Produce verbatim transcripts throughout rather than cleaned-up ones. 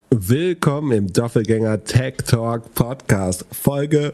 Willkommen im Doppelgänger Tech Talk Podcast, Folge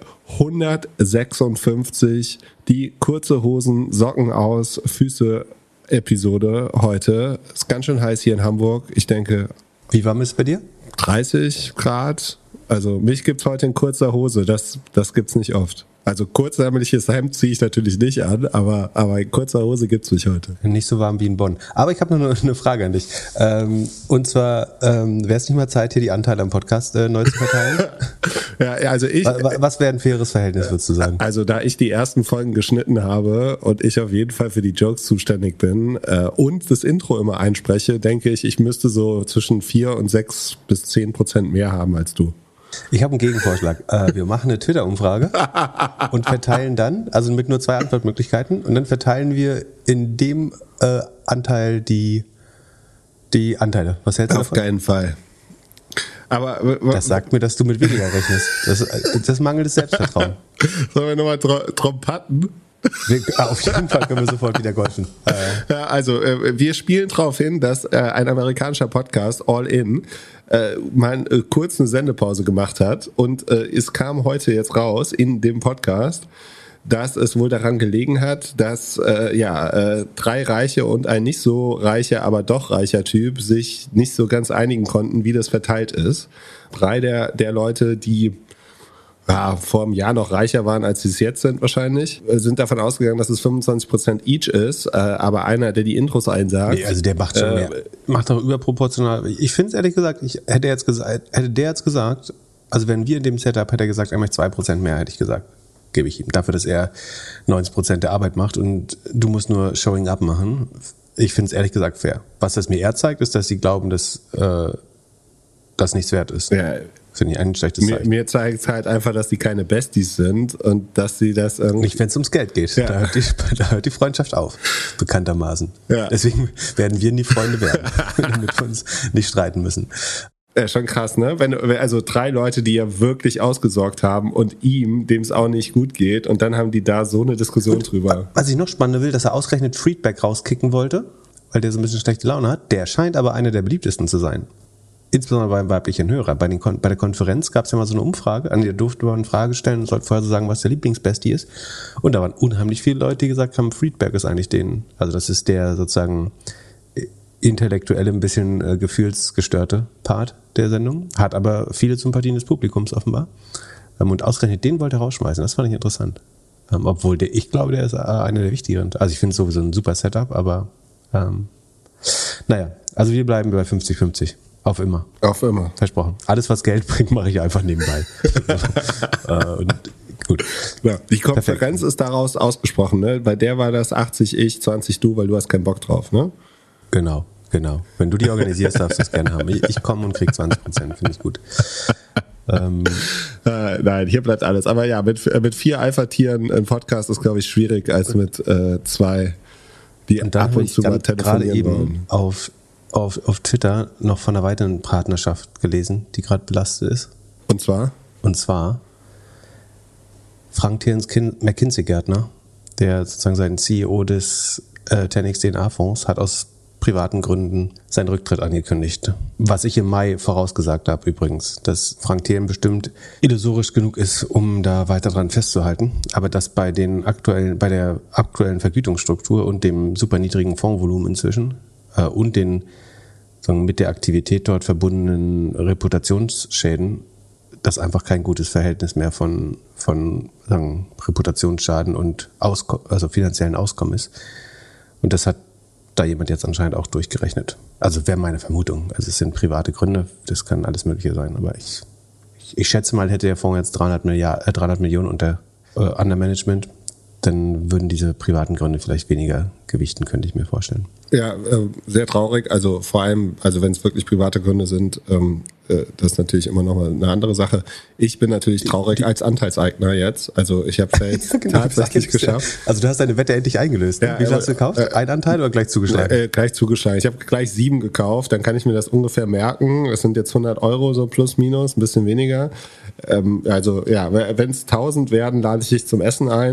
hundertsechsundfünfzig, die kurze Hosen, Socken aus, Füße Episode heute. Ist ganz schön heiß hier in Hamburg. Ich denke... Wie warm ist es bei dir? dreißig Grad. Also mich gibt's heute in kurzer Hose, das, das gibt's nicht oft. Also kurzärmeliges Hemd ziehe ich natürlich nicht an, aber, aber in kurzer Hose gibt's mich heute. Nicht so warm wie in Bonn. Aber ich habe noch eine Frage an dich. Ähm, und zwar, ähm, wäre es nicht mal Zeit, hier die Anteile am Podcast äh, neu zu verteilen? Ja, also ich... Was, was wäre ein faires Verhältnis, würdest du sagen? Also da ich die ersten Folgen geschnitten habe und ich auf jeden Fall für die Jokes zuständig bin äh, und das Intro immer einspreche, denke ich, ich müsste so zwischen vier und sechs bis zehn Prozent mehr haben als du. Ich habe einen Gegenvorschlag. Äh, wir machen eine Twitter-Umfrage und verteilen dann, also mit nur zwei Antwortmöglichkeiten, und dann verteilen wir in dem äh, Anteil die, die Anteile. Was hältst du Auf davon? keinen Fall. Aber das sagt mir, dass du mit weniger rechnest. Das, das mangelndes Selbstvertrauen. Sollen wir nochmal tro- Trompaten? Wir, auf jeden Fall können wir sofort wieder golfen. Äh. Ja, also äh, wir spielen darauf hin, dass äh, ein amerikanischer Podcast, All In, äh, mal äh, kurz eine Sendepause gemacht hat und äh, es kam heute jetzt raus in dem Podcast, dass es wohl daran gelegen hat, dass äh, ja äh, drei reiche und ein nicht so reicher, aber doch reicher Typ sich nicht so ganz einigen konnten, wie das verteilt ist. Drei der, der Leute, die ja, vor einem Jahr noch reicher waren, als sie es jetzt sind wahrscheinlich, sind davon ausgegangen, dass es fünfundzwanzig Prozent each ist, äh, aber einer, der die Intros einsagt... Nee, also der macht schon äh, mehr. Macht doch überproportional. Ich finde es ehrlich gesagt, ich hätte jetzt gesagt, hätte der jetzt gesagt, also wenn wir in dem Setup, hätte er gesagt, er möchte zwei Prozent mehr, hätte ich gesagt, gebe ich ihm. Dafür, dass er neunzig Prozent der Arbeit macht und du musst nur Showing Up machen. Ich finde es ehrlich gesagt fair. Was das mir eher zeigt, ist, dass sie glauben, dass äh, das nichts wert ist. Ja. Finde ich ein schlechtes Zeichen. Mir, mir zeigt es halt einfach, dass die keine Besties sind und dass sie das irgendwie... Nicht, wenn es ums Geld geht. Ja. Da, hört die, da hört die Freundschaft auf, bekanntermaßen. Ja. Deswegen werden wir nie Freunde werden, damit wir uns nicht streiten müssen. Ja, schon krass, ne? Wenn, also drei Leute, die ja wirklich ausgesorgt haben und ihm, dem es auch nicht gut geht, und dann haben die da so eine Diskussion und, drüber. Was ich noch spannender will, dass er ausgerechnet Friedback rauskicken wollte, weil der so ein bisschen schlechte Laune hat. Der scheint aber einer der beliebtesten zu sein. Insbesondere beim weiblichen Hörer. Bei, den Kon- bei der Konferenz gab es ja mal so eine Umfrage, an der durfte man eine Frage stellen und sollte vorher so sagen, was der Lieblingsbestie ist. Und da waren unheimlich viele Leute, die gesagt haben, Friedberg ist eigentlich den, also das ist der sozusagen intellektuelle, ein bisschen äh, gefühlsgestörte Part der Sendung, hat aber viele Sympathien des Publikums offenbar. Ähm, und ausgerechnet den wollte er rausschmeißen, das fand ich interessant. Ähm, obwohl der, ich glaube, der ist äh, einer der wichtigeren. Also ich finde es sowieso ein super Setup, aber ähm, naja, also wir bleiben bei fünfzig fünfzig. Auf immer. Auf immer. Versprochen. Alles, was Geld bringt, mache ich einfach nebenbei. äh, und gut. Ja, die Konferenz Perfekt. Ist daraus ausgesprochen, ne? Bei der war das achtzig ich, zwanzig du, weil du hast keinen Bock drauf, ne? Genau, genau. Wenn du die organisierst, darfst du es gerne haben. Ich, ich komme und krieg zwanzig Prozent, finde ich gut. Ähm, äh, nein, hier bleibt alles. Aber ja, mit, mit vier Alpha-Tieren im Podcast ist, glaube ich, schwierig, als mit äh, zwei, die und ab und zu mal telefonieren eben wollen. Auf Auf, auf Twitter noch von einer weiteren Partnerschaft gelesen, die gerade belastet ist. Und zwar? Und zwar Frank Thierens McKinsey-Gärtner, der sozusagen sein C E O des äh, zehn X D N A-Fonds, hat aus privaten Gründen seinen Rücktritt angekündigt. Was ich im Mai vorausgesagt habe übrigens, dass Frank Thien bestimmt illusorisch genug ist, um da weiter dran festzuhalten, aber dass bei den aktuellen, bei der aktuellen Vergütungsstruktur und dem super niedrigen Fondsvolumen inzwischen äh, und den sagen, mit der Aktivität dort verbundenen Reputationsschäden, das einfach kein gutes Verhältnis mehr von, von sagen, Reputationsschaden und Ausko- also finanziellen Auskommen ist. Und das hat da jemand jetzt anscheinend auch durchgerechnet. Also wäre meine Vermutung. Also es sind private Gründe, das kann alles Mögliche sein. Aber ich, ich, ich schätze mal, hätte der Fonds jetzt dreihundert, Milliard, äh, dreihundert Millionen unter äh, Under Management, dann würden diese privaten Gründe vielleicht weniger gewichten, könnte ich mir vorstellen. Ja, äh, sehr traurig. Also vor allem, also wenn es wirklich private Gründe sind, ähm, äh, das ist natürlich immer noch mal eine andere Sache. Ich bin natürlich traurig die, die, als Anteilseigner jetzt. Also ich habe es ja jetzt ja, genau, tatsächlich geschafft. Ja. Also du hast deine Wette endlich eingelöst. Ne? Ja, Wie viel hast du gekauft? Äh, Ein Anteil oder gleich zugeschlagen? Äh, gleich zugeschlagen. Ich habe gleich sieben gekauft. Dann kann ich mir das ungefähr merken. Es sind jetzt hundert Euro so plus minus, ein bisschen weniger. Ähm, also ja, wenn es tausend werden, lade ich dich zum Essen ein.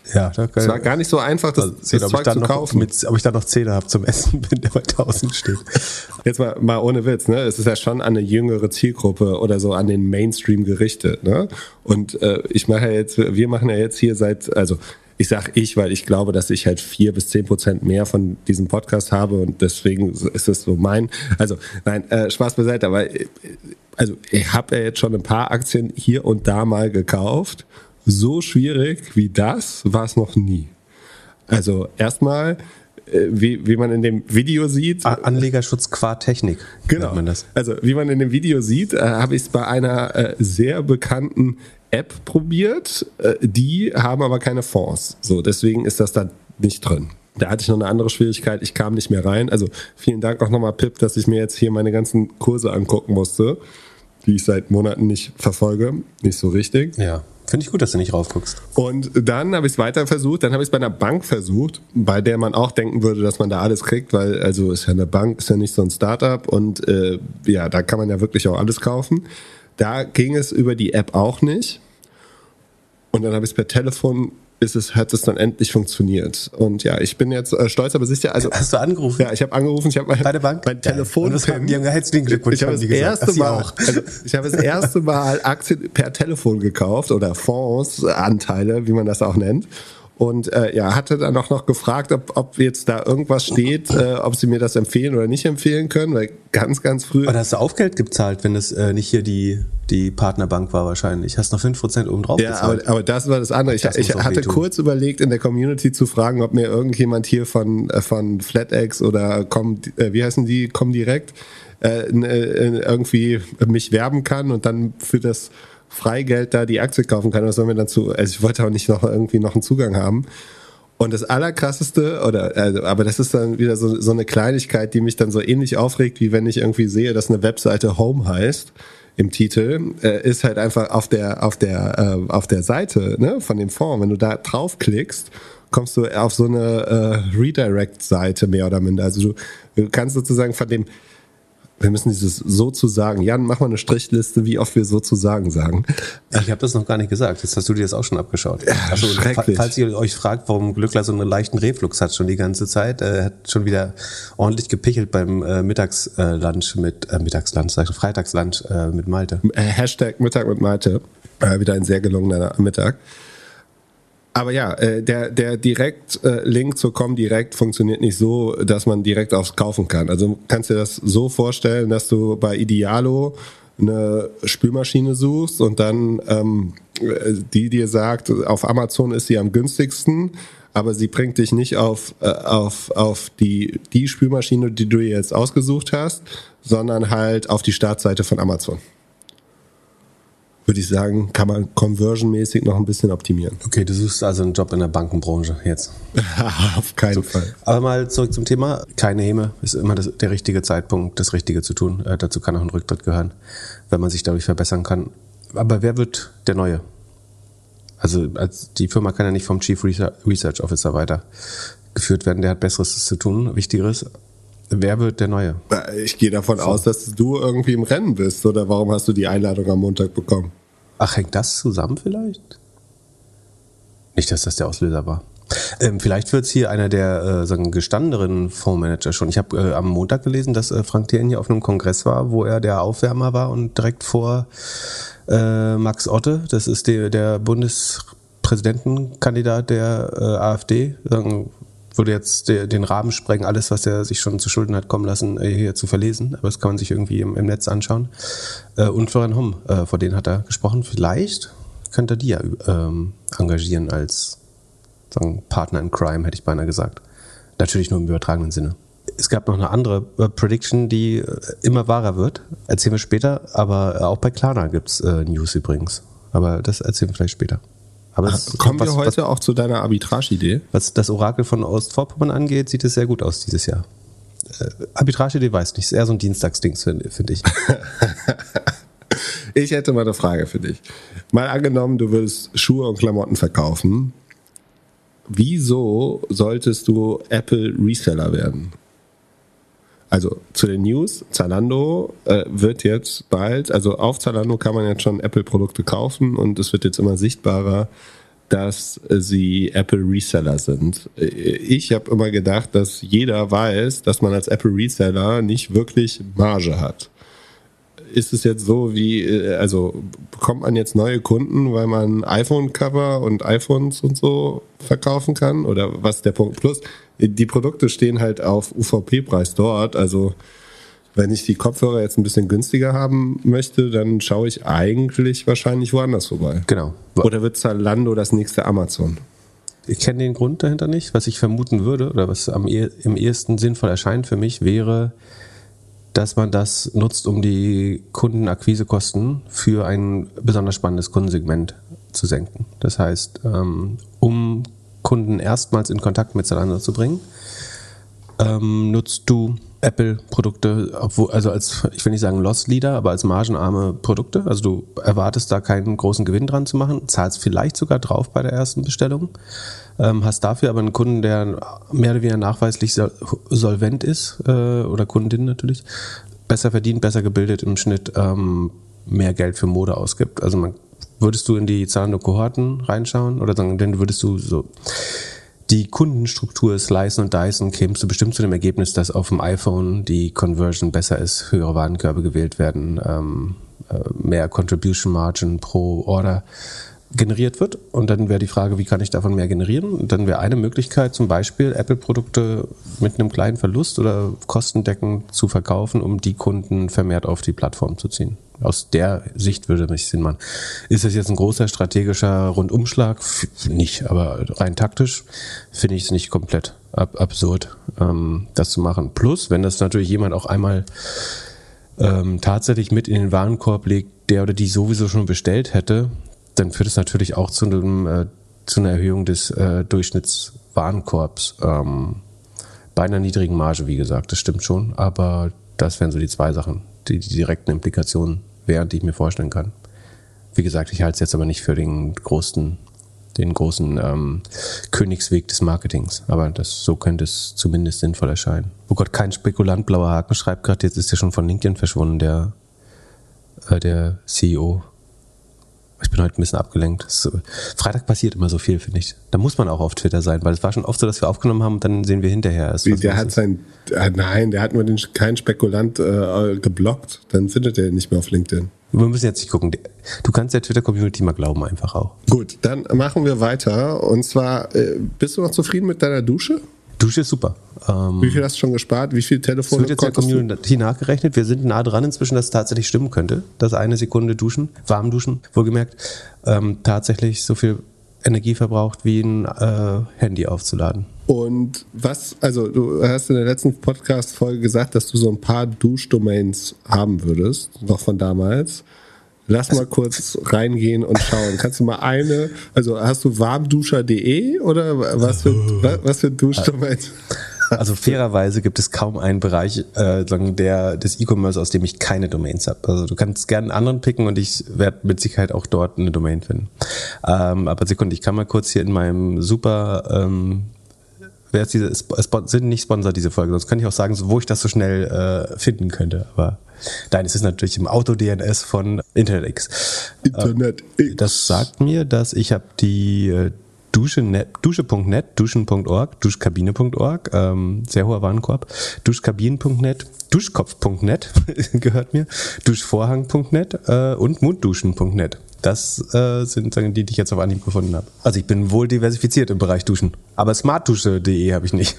Ja, da es war gar nicht so einfach, das, also sehen, das Zeug zu noch, kaufen. Mit, ob ich da noch Zähne habe zum Essen, wenn der bei tausend steht. Jetzt mal, mal ohne Witz, ne? Es ist ja schon an eine jüngere Zielgruppe oder so an den Mainstream gerichtet, ne? Und äh, ich mache ja jetzt, wir machen ja jetzt hier seit, also ich sag ich, weil ich glaube, dass ich halt vier bis zehn Prozent mehr von diesem Podcast habe und deswegen ist es so mein. Also nein, äh, Spaß beiseite, aber äh, also ich habe ja jetzt schon ein paar Aktien hier und da mal gekauft. So schwierig wie das war es noch nie. Also erstmal, äh, wie, wie man in dem Video sieht. Anlegerschutz qua Technik. Genau. Man das. Also wie man in dem Video sieht, äh, habe ich es bei einer äh, sehr bekannten App probiert. Äh, die haben aber keine Fonds. So, deswegen ist das da nicht drin. Da hatte ich noch eine andere Schwierigkeit. Ich kam nicht mehr rein. Also vielen Dank auch nochmal, Pip, dass ich mir jetzt hier meine ganzen Kurse angucken musste, die ich seit Monaten nicht verfolge. Nicht so richtig. Ja. Finde ich gut, dass du nicht raufguckst. Und dann habe ich es weiter versucht, dann habe ich es bei einer Bank versucht, bei der man auch denken würde, dass man da alles kriegt, weil also ist ja eine Bank, ist ja nicht so ein Startup und äh, ja, da kann man ja wirklich auch alles kaufen. Da ging es über die App auch nicht. Und dann habe ich es per Telefon, ist es, hat es dann endlich funktioniert. Und ja, ich bin jetzt äh, stolz, aber sicher. Also, hast du angerufen? Ja, ich habe angerufen. Ich habe mein, bei der Bank? mein Telefon. Ja, die haben herzlichen Glückwunsch. Ich habe das erste Mal, auch. Also, ich habe das erste Mal Aktien per Telefon gekauft oder Fonds, Anteile, wie man das auch nennt. Und äh, ja, hatte dann auch noch gefragt, ob, ob jetzt da irgendwas steht, äh, ob sie mir das empfehlen oder nicht empfehlen können, weil ganz, ganz früh. Aber hast du Aufgeld gezahlt, wenn das äh, nicht hier die, die Partnerbank war wahrscheinlich? Hast noch fünf Prozent oben drauf ja, gezahlt? Ja, aber, aber das war das andere. Ich, das ich hatte wehtun. kurz überlegt, in der Community zu fragen, ob mir irgendjemand hier von, von FlatEx oder Com, äh, wie heißen die, Comdirect, äh, äh, irgendwie mich werben kann und dann für das Freigeld da die Aktie kaufen kann, was soll mir dazu, also ich wollte auch nicht noch irgendwie noch einen Zugang haben. Und das Allerkrasseste, oder, also, aber das ist dann wieder so, so eine Kleinigkeit, die mich dann so ähnlich aufregt, wie wenn ich irgendwie sehe, dass eine Webseite Home heißt im Titel, äh, ist halt einfach auf der, auf der, äh, auf der Seite, ne, von dem Fonds, wenn du da draufklickst, kommst du auf so eine äh, Redirect-Seite mehr oder minder. Also du, du kannst sozusagen von dem, wir müssen dieses sozusagen, Jan, mach mal eine Strichliste, wie oft wir sozusagen sagen. Ich habe das noch gar nicht gesagt, jetzt hast du dir das auch schon abgeschaut. Ja, also, falls ihr euch fragt, warum Glückler so einen leichten Reflux hat schon die ganze Zeit, er äh, hat schon wieder ordentlich gepichelt beim äh, Mittagslunch mit, äh, Mittagslunch, sag ich, Freitagslunch äh, mit Malte. Äh, Hashtag Mittag mit Malte, äh, wieder ein sehr gelungener Mittag. Aber ja, äh, der, der Direkt-Link äh, zur Comdirect funktioniert nicht so, dass man direkt aufs kaufen kann. Also du kannst dir das so vorstellen, dass du bei Idealo eine Spülmaschine suchst und dann ähm, die dir sagt, auf Amazon ist sie am günstigsten, aber sie bringt dich nicht auf, äh, auf, auf die, die Spülmaschine, die du jetzt ausgesucht hast, sondern halt auf die Startseite von Amazon. Würde ich sagen, kann man conversionmäßig noch ein bisschen optimieren. Okay, du suchst also einen Job in der Bankenbranche jetzt. Auf keinen so, Fall. Aber mal zurück zum Thema. Keine Häme, ist immer das, der richtige Zeitpunkt, das Richtige zu tun. Äh, dazu kann auch ein Rücktritt gehören, wenn man sich dadurch verbessern kann. Aber wer wird der Neue? Also als die Firma kann ja nicht vom Chief Research Officer weitergeführt werden. Der hat Besseres zu tun, Wichtigeres. Wer wird der Neue? Ich gehe davon so. aus, dass du irgendwie im Rennen bist. Oder warum hast du die Einladung am Montag bekommen? Ach, hängt das zusammen vielleicht? Nicht, dass das der Auslöser war. Ähm, vielleicht wird es hier einer der äh, sagen, gestandeneren Fondsmanager schon. Ich habe äh, am Montag gelesen, dass äh, Frank Thelen hier auf einem Kongress war, wo er der Aufwärmer war und direkt vor äh, Max Otte, das ist der, der Bundespräsidentenkandidat der äh, AfD, sagen, würde jetzt den Rahmen sprengen, alles, was er sich schon zu Schulden hat kommen lassen, hier zu verlesen. Aber das kann man sich irgendwie im, im Netz anschauen. Und Florian Homm, vor denen hat er gesprochen. Vielleicht könnte er die ja ähm, engagieren als sagen, Partner in Crime, hätte ich beinahe gesagt. Natürlich nur im übertragenen Sinne. Es gab noch eine andere Prediction, die immer wahrer wird. Erzählen wir später. Aber auch bei Klarna gibt es äh, News übrigens. Aber das erzählen wir vielleicht später. Aber es, kommen was, wir heute was, auch zu deiner Arbitrage-Idee? Was das Orakel von Ostvorpommern angeht, sieht es sehr gut aus dieses Jahr. Äh, Arbitrage-Idee weiß nicht, ist eher so ein Dienstagsding, finde find ich. Ich hätte mal eine Frage für dich. Mal angenommen, du würdest Schuhe und Klamotten verkaufen. Wieso solltest du Apple Reseller werden? Also zu den News, Zalando äh, wird jetzt bald, also auf Zalando kann man jetzt schon Apple-Produkte kaufen und es wird jetzt immer sichtbarer, dass sie Apple Reseller sind. Ich habe immer gedacht, dass jeder weiß, dass man als Apple Reseller nicht wirklich Marge hat. Ist es jetzt so wie, also bekommt man jetzt neue Kunden, weil man iPhone-Cover und iPhones und so verkaufen kann? Oder was ist der Punkt? Plus, die Produkte stehen halt auf U V P-Preis dort, also wenn ich die Kopfhörer jetzt ein bisschen günstiger haben möchte, dann schaue ich eigentlich wahrscheinlich woanders vorbei. Genau. Oder wird Zalando das nächste Amazon? Ich kenne den Grund dahinter nicht. Was ich vermuten würde, oder was am eh, im ehesten sinnvoll erscheint für mich, wäre, dass man das nutzt, um die Kundenakquisekosten für ein besonders spannendes Kundensegment zu senken. Das heißt, ähm, um Kunden erstmals in Kontakt mit Zalando zu bringen, ähm, nutzt du Apple-Produkte, obwohl, also als, ich will nicht sagen Loss Leader, aber als margenarme Produkte. Also du erwartest da keinen großen Gewinn dran zu machen, zahlst vielleicht sogar drauf bei der ersten Bestellung, ähm, hast dafür aber einen Kunden, der mehr oder weniger nachweislich sol- solvent ist, äh, oder Kundin natürlich, besser verdient, besser gebildet im Schnitt, ähm, mehr Geld für Mode ausgibt. Also man, würdest du in die Zalando-Kohorten reinschauen oder sagen, denn würdest du so die Kundenstruktur slicen und dicen, kämst du bestimmt zu dem Ergebnis, dass auf dem iPhone die Conversion besser ist, höhere Warenkörbe gewählt werden, ähm, äh, mehr Contribution Margin pro Order generiert wird. Und dann wäre die Frage, wie kann ich davon mehr generieren? Und dann wäre eine Möglichkeit, zum Beispiel Apple-Produkte mit einem kleinen Verlust oder kostendeckend zu verkaufen, um die Kunden vermehrt auf die Plattform zu ziehen. Aus der Sicht würde mich Sinn machen. Ist das jetzt ein großer strategischer Rundumschlag? Nicht, aber rein taktisch finde ich es nicht komplett ab- absurd, ähm, das zu machen. Plus, wenn das natürlich jemand auch einmal ähm, tatsächlich mit in den Warenkorb legt, der oder die sowieso schon bestellt hätte, dann führt es natürlich auch zu einem äh, zu einer Erhöhung des äh, Durchschnittswarenkorbs ähm, bei einer niedrigen Marge, wie gesagt, das stimmt schon, aber das wären so die zwei Sachen, die, die direkten Implikationen wären, die ich mir vorstellen kann. Wie gesagt, ich halte es jetzt aber nicht für den großen, den großen ähm, Königsweg des Marketings, aber das, so könnte es zumindest sinnvoll erscheinen. Oh Gott, kein Spekulant, blauer Haken schreibt gerade, jetzt ist ja schon von LinkedIn verschwunden, der, äh, der C E O. Ich bin heute ein bisschen abgelenkt. Das, Freitag passiert immer so viel, finde ich. Da muss man auch auf Twitter sein, weil es war schon oft so, dass wir aufgenommen haben und dann sehen wir hinterher. Erst, was der hat ist. sein, äh, nein, der hat nur den, keinen Spekulant äh, geblockt. Dann findet er ihn nicht mehr auf LinkedIn. Wir müssen jetzt nicht gucken. Du kannst der Twitter-Community mal glauben, einfach auch. Gut, dann machen wir weiter. Und zwar, äh, bist du noch zufrieden mit deiner Dusche? Dusche ist super. Ähm, Wie viel hast du schon gespart? Wie viel Telefone Es wird jetzt der Community nachgerechnet. Wir sind nah dran inzwischen, dass es tatsächlich stimmen könnte, dass eine Sekunde duschen, warm duschen, wohlgemerkt, ähm, tatsächlich so viel Energie verbraucht, wie ein äh, Handy aufzuladen. Und was, also du hast in der letzten Podcast-Folge gesagt, dass du so ein paar Duschdomains haben würdest, noch von damals. Lass mal kurz reingehen und schauen. Kannst du mal eine, also hast du warmduscher punkt de oder was für, was für Duschdomains? Also fairerweise gibt es kaum einen Bereich äh, der des E-Commerce, aus dem ich keine Domains habe. Also du kannst gerne einen anderen picken und ich werde mit Sicherheit auch dort eine Domain finden. Ähm, aber Sekunde, ich kann mal kurz hier in meinem super ähm, wer ist diese, sind nicht Sponsor diese Folge, sonst könnte ich auch sagen, wo ich das so schnell äh, finden könnte. Aber nein, es ist natürlich im Auto-D N S von InternetX. Internet X. Das sagt mir, dass ich habe die äh, Dusche punkt net, duschen punkt org, duschkabine punkt org, ähm, sehr hoher Warenkorb, duschkabinen punkt net, duschkopf punkt net gehört mir, duschvorhang punkt net äh, und mundduschen punkt net. Das äh, sind Sachen, die ich jetzt auf Anhieb gefunden habe. Also ich bin wohl diversifiziert im Bereich Duschen. Aber smartdusche punkt de habe ich nicht.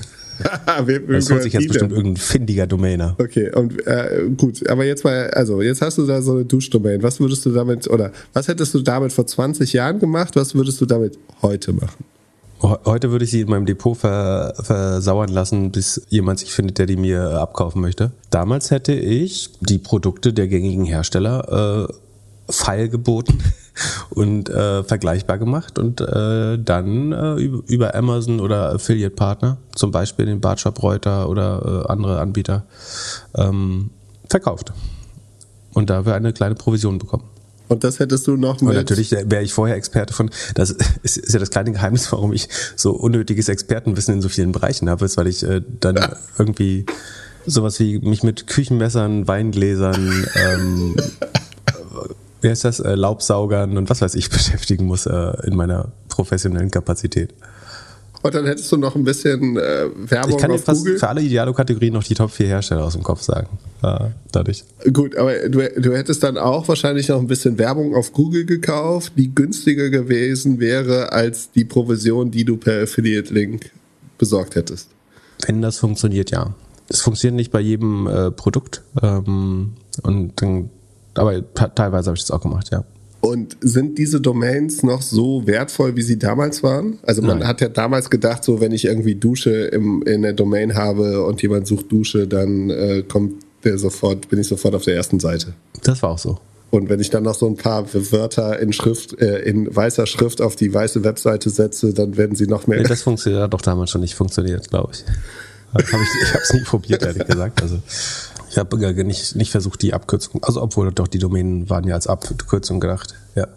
Das holt sich jetzt bestimmt irgendein findiger Domainer. Okay, und äh, gut, aber jetzt mal, also jetzt hast du da so eine Duschdomain. Was würdest du damit, oder was hättest du damit vor zwanzig Jahren gemacht? Was würdest du damit heute machen? Heute würde ich sie in meinem Depot ver, versauern lassen, bis jemand sich findet, der die mir abkaufen möchte. Damals hätte ich die Produkte der gängigen Hersteller äh, feilgeboten und äh, vergleichbar gemacht und äh, dann äh, über, über Amazon oder Affiliate-Partner, zum Beispiel den Bartshop Reuter oder äh, andere Anbieter, ähm, verkauft. Und da wäre eine kleine Provision bekommen. Und das hättest du noch mit... Und natürlich wäre ich vorher Experte von, das ist, ist ja das kleine Geheimnis, warum ich so unnötiges Expertenwissen in so vielen Bereichen habe, ist, weil ich äh, dann ja. irgendwie sowas wie mich mit Küchenmessern, Weingläsern, ähm, wie heißt das, äh, Laubsaugern und was weiß ich beschäftigen muss äh, in meiner professionellen Kapazität. Und dann hättest du noch ein bisschen äh, Werbung ich kann auf jetzt fast Google. Für alle Idealo-Kategorien noch die Top vier Hersteller aus dem Kopf sagen. Äh, dadurch. Gut, aber du, du hättest dann auch wahrscheinlich noch ein bisschen Werbung auf Google gekauft, die günstiger gewesen wäre als die Provision, die du per Affiliate-Link besorgt hättest. Wenn das funktioniert, ja. Es funktioniert nicht bei jedem äh, Produkt. Ähm, und dann, aber t- teilweise habe ich das auch gemacht, ja. Und sind diese Domains noch so wertvoll, wie sie damals waren? Also man Nein. hat ja damals gedacht, so wenn ich irgendwie Dusche im, in der Domain habe und jemand sucht Dusche, dann äh, kommt der sofort, bin ich sofort auf der ersten Seite. Das war auch so. Und wenn ich dann noch so ein paar Wörter in Schrift, äh, in weißer Schrift auf die weiße Webseite setze, dann werden sie noch mehr. Nee, das funktioniert hat doch damals schon nicht funktioniert, glaube ich. Hab ich ich habe es nie probiert, ehrlich gesagt. Also ich habe nicht, nicht versucht, die Abkürzung, also obwohl doch die Domänen waren ja als Abkürzung gedacht. Ja.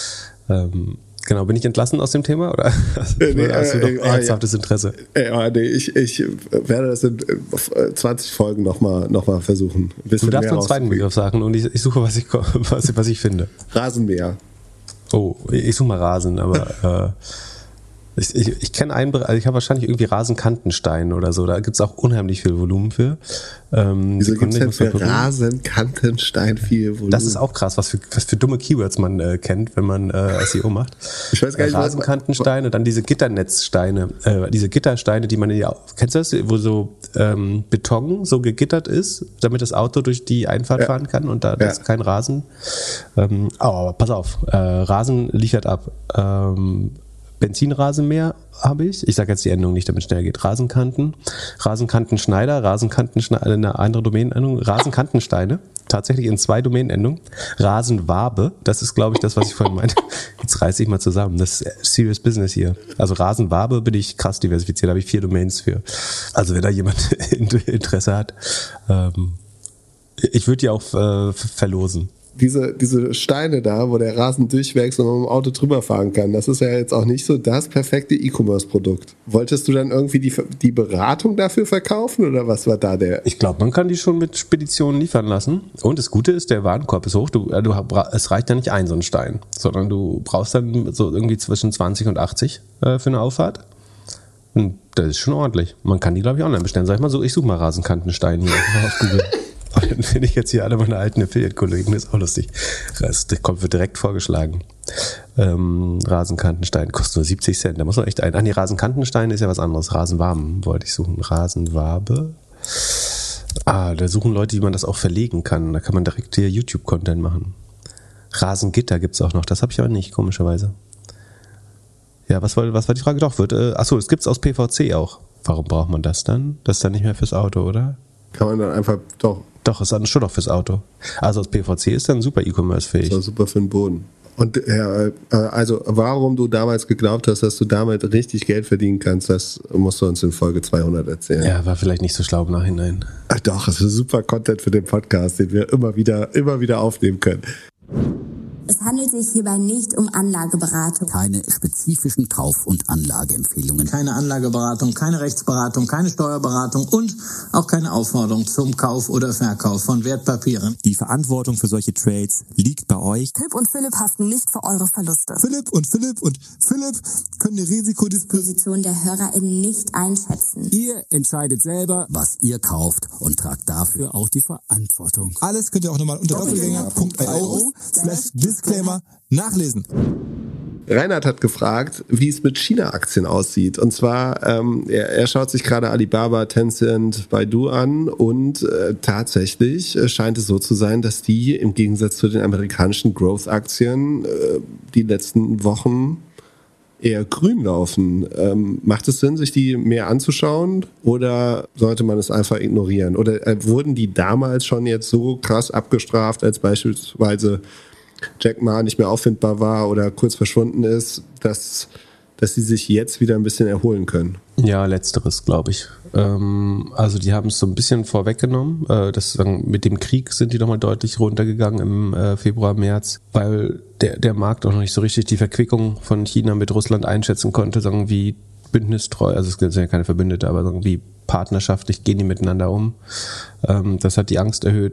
Ähm, genau, bin ich entlassen aus dem Thema oder hast, Nee, hast du äh, doch äh, ernsthaftes Interesse? Ja, nee, ich, ich werde das in zwanzig Folgen nochmal noch mal versuchen. Ein bisschen Du darfst mehr einen zweiten rauszukriegen. Begriff sagen und ich, ich suche, was ich, was, was ich finde. Rasenmäher. Oh, ich suche mal Rasen, aber äh, ich, ich, ich kenne einen Bereich, also ich habe wahrscheinlich irgendwie Rasenkantenstein oder so, da gibt es auch unheimlich viel Volumen für. Ähm, Wieso gibt es denn für gucken. Rasenkantenstein viel Volumen? Das ist auch krass, was für, was für dumme Keywords man äh, kennt, wenn man äh, S E O macht. Ich weiß gar nicht, was- Rasenkantensteine und dann diese Gitternetzsteine, äh, diese Gittersteine, die man in die, Au- kennst du das, wo so ähm, Beton so gegittert ist, damit das Auto durch die Einfahrt Ja. fahren kann und da Ja. ist kein Rasen. Ähm, oh, aber pass auf, äh, Rasen liefert ab. Ähm, Benzinrasenmäher habe ich. Ich sage jetzt die Endung nicht, damit es schnell geht. Rasenkanten, Rasenkantenschneider, Rasenkantenschneider, eine andere Domänenendung, Rasenkantensteine, tatsächlich in zwei Domänenendungen. Rasenwabe, das ist, glaube ich, das, was ich vorhin meinte. Jetzt reiße ich mal zusammen. Das ist serious business hier. Also Rasenwabe bin ich krass diversifiziert, da habe ich vier Domains für. Also wenn da jemand Interesse hat, ähm, ich würde die auch äh, verlosen. diese, diese Steine da, wo der Rasen durchwächst und man mit dem Auto drüber fahren kann, das ist ja jetzt auch nicht so das perfekte E-Commerce-Produkt. Wolltest du dann irgendwie die, die Beratung dafür verkaufen oder was war da der? Ich glaube, man kann die schon mit Speditionen liefern lassen. Und das Gute ist, der Warenkorb ist hoch. Du, du, es reicht ja nicht ein so ein Stein, sondern du brauchst dann so irgendwie zwischen zwanzig und achtzig äh, für eine Auffahrt. Und das ist schon ordentlich. Man kann die, glaube ich, online bestellen. Sag ich mal so, ich suche mal Rasenkantenstein hier auf Google. Und dann finde ich jetzt hier alle meine alten Affiliate-Kollegen, das ist auch lustig. Das kommt wird direkt vorgeschlagen. Ähm, Rasenkantenstein kostet nur siebzig Cent. Da muss man echt ein. Ah, nee, Rasenkantenstein ist ja was anderes. Rasenwaben wollte ich suchen. Rasenwabe. Ah, da suchen Leute, wie man das auch verlegen kann. Da kann man direkt hier YouTube-Content machen. Rasengitter gibt's auch noch. Das habe ich aber nicht, komischerweise. Ja, was war, was war die Frage? Doch, wird, äh, achso, das gibt's aus P V C auch. Warum braucht man das dann? Das ist dann nicht mehr fürs Auto, oder? Kann man dann einfach, doch, Doch, ist dann schon auch fürs Auto. Also aus P V C ist dann super E-Commerce-fähig. das war super für den Boden. Und ja, also warum du damals geglaubt hast, dass du damit richtig Geld verdienen kannst, das musst du uns in Folge zweihundert erzählen. Ja, war vielleicht nicht so schlau im Nachhinein. Ach doch, das ist super Content für den Podcast, den wir immer wieder, immer wieder aufnehmen können. Es handelt sich hierbei nicht um Anlageberatung. Keine spezifischen Kauf- und Anlageempfehlungen. Keine Anlageberatung, keine Rechtsberatung, keine Steuerberatung und auch keine Aufforderung zum Kauf oder Verkauf von Wertpapieren. Die Verantwortung für solche Trades liegt bei euch. Philipp und Philipp haften nicht für eure Verluste. Philipp und Philipp und Philipp können die Risikodisposition. Position der HörerInnen nicht einschätzen. Ihr entscheidet selber. Was ihr kauft und tragt dafür Auch die Verantwortung. Alles könnt ihr auch nochmal unter doppelgänger punkt io slash Disclaimer nachlesen. Reinhard hat gefragt, wie es mit China-Aktien aussieht. Und zwar, ähm, er, er schaut sich gerade Alibaba, Tencent, Baidu an und äh, tatsächlich äh, scheint es so zu sein, dass die im Gegensatz zu den amerikanischen Growth-Aktien äh, die letzten Wochen eher grün laufen. Ähm, macht es Sinn, sich die mehr anzuschauen oder sollte man es einfach ignorieren? Oder äh, wurden die damals schon jetzt so krass abgestraft, als beispielsweise Jack Ma nicht mehr auffindbar war oder kurz verschwunden ist, dass, dass sie sich jetzt wieder ein bisschen erholen können? Ja, letzteres, glaube ich. Ähm, also die haben es so ein bisschen vorweggenommen. Äh, das, mit dem Krieg sind die nochmal deutlich runtergegangen im äh, Februar, März, weil der, der Markt auch noch nicht so richtig die Verquickung von China mit Russland einschätzen konnte, sagen wie bündnistreu, also es sind ja keine Verbündete, aber sagen wie partnerschaftlich gehen die miteinander um. Ähm, das hat die Angst erhöht.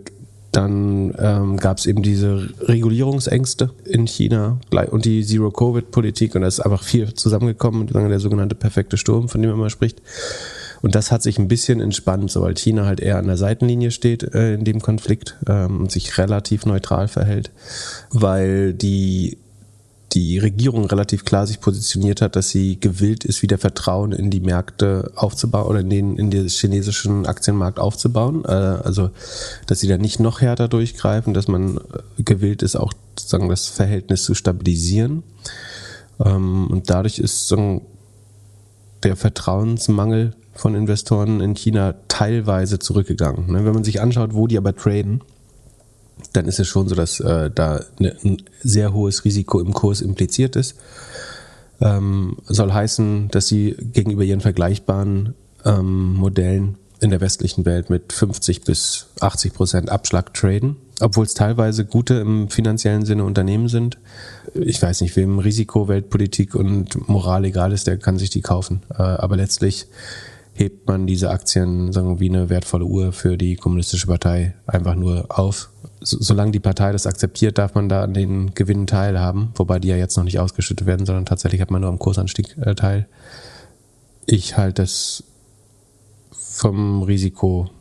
Dann ähm, gab es eben diese Regulierungsängste in China und die Zero-Covid-Politik und da ist einfach viel zusammengekommen, der sogenannte perfekte Sturm, von dem man immer spricht. Und das hat sich ein bisschen entspannt, so weil China halt eher an der Seitenlinie steht äh, in dem Konflikt ähm, und sich relativ neutral verhält, weil die die Regierung relativ klar sich positioniert hat, dass sie gewillt ist, wieder Vertrauen in die Märkte aufzubauen oder in den in den chinesischen Aktienmarkt aufzubauen. Äh, also, dass sie da nicht noch härter durchgreifen, dass man gewillt ist, auch sozusagen das Verhältnis zu stabilisieren. Ähm, und dadurch ist so der Vertrauensmangel von Investoren in China teilweise zurückgegangen. Ne? Wenn man sich anschaut, wo die aber traden, dann ist es schon so, dass äh, da ne, ein sehr hohes Risiko im Kurs impliziert ist. Ähm, soll heißen, dass sie gegenüber ihren vergleichbaren ähm, Modellen in der westlichen Welt mit fünfzig bis achtzig Prozent Abschlag traden, obwohl es teilweise gute im finanziellen Sinne Unternehmen sind. Ich weiß nicht, wem Risiko, Weltpolitik und Moral egal ist, der kann sich die kaufen. Äh, aber letztlich hebt man diese Aktien, sagen wir, wie eine wertvolle Uhr für die Kommunistische Partei einfach nur auf. So, solange die Partei das akzeptiert, darf man da an den Gewinnen teilhaben, wobei die ja jetzt noch nicht ausgeschüttet werden, sondern tatsächlich hat man nur am Kursanstieg äh, teil. Ich halte das vom Risiko.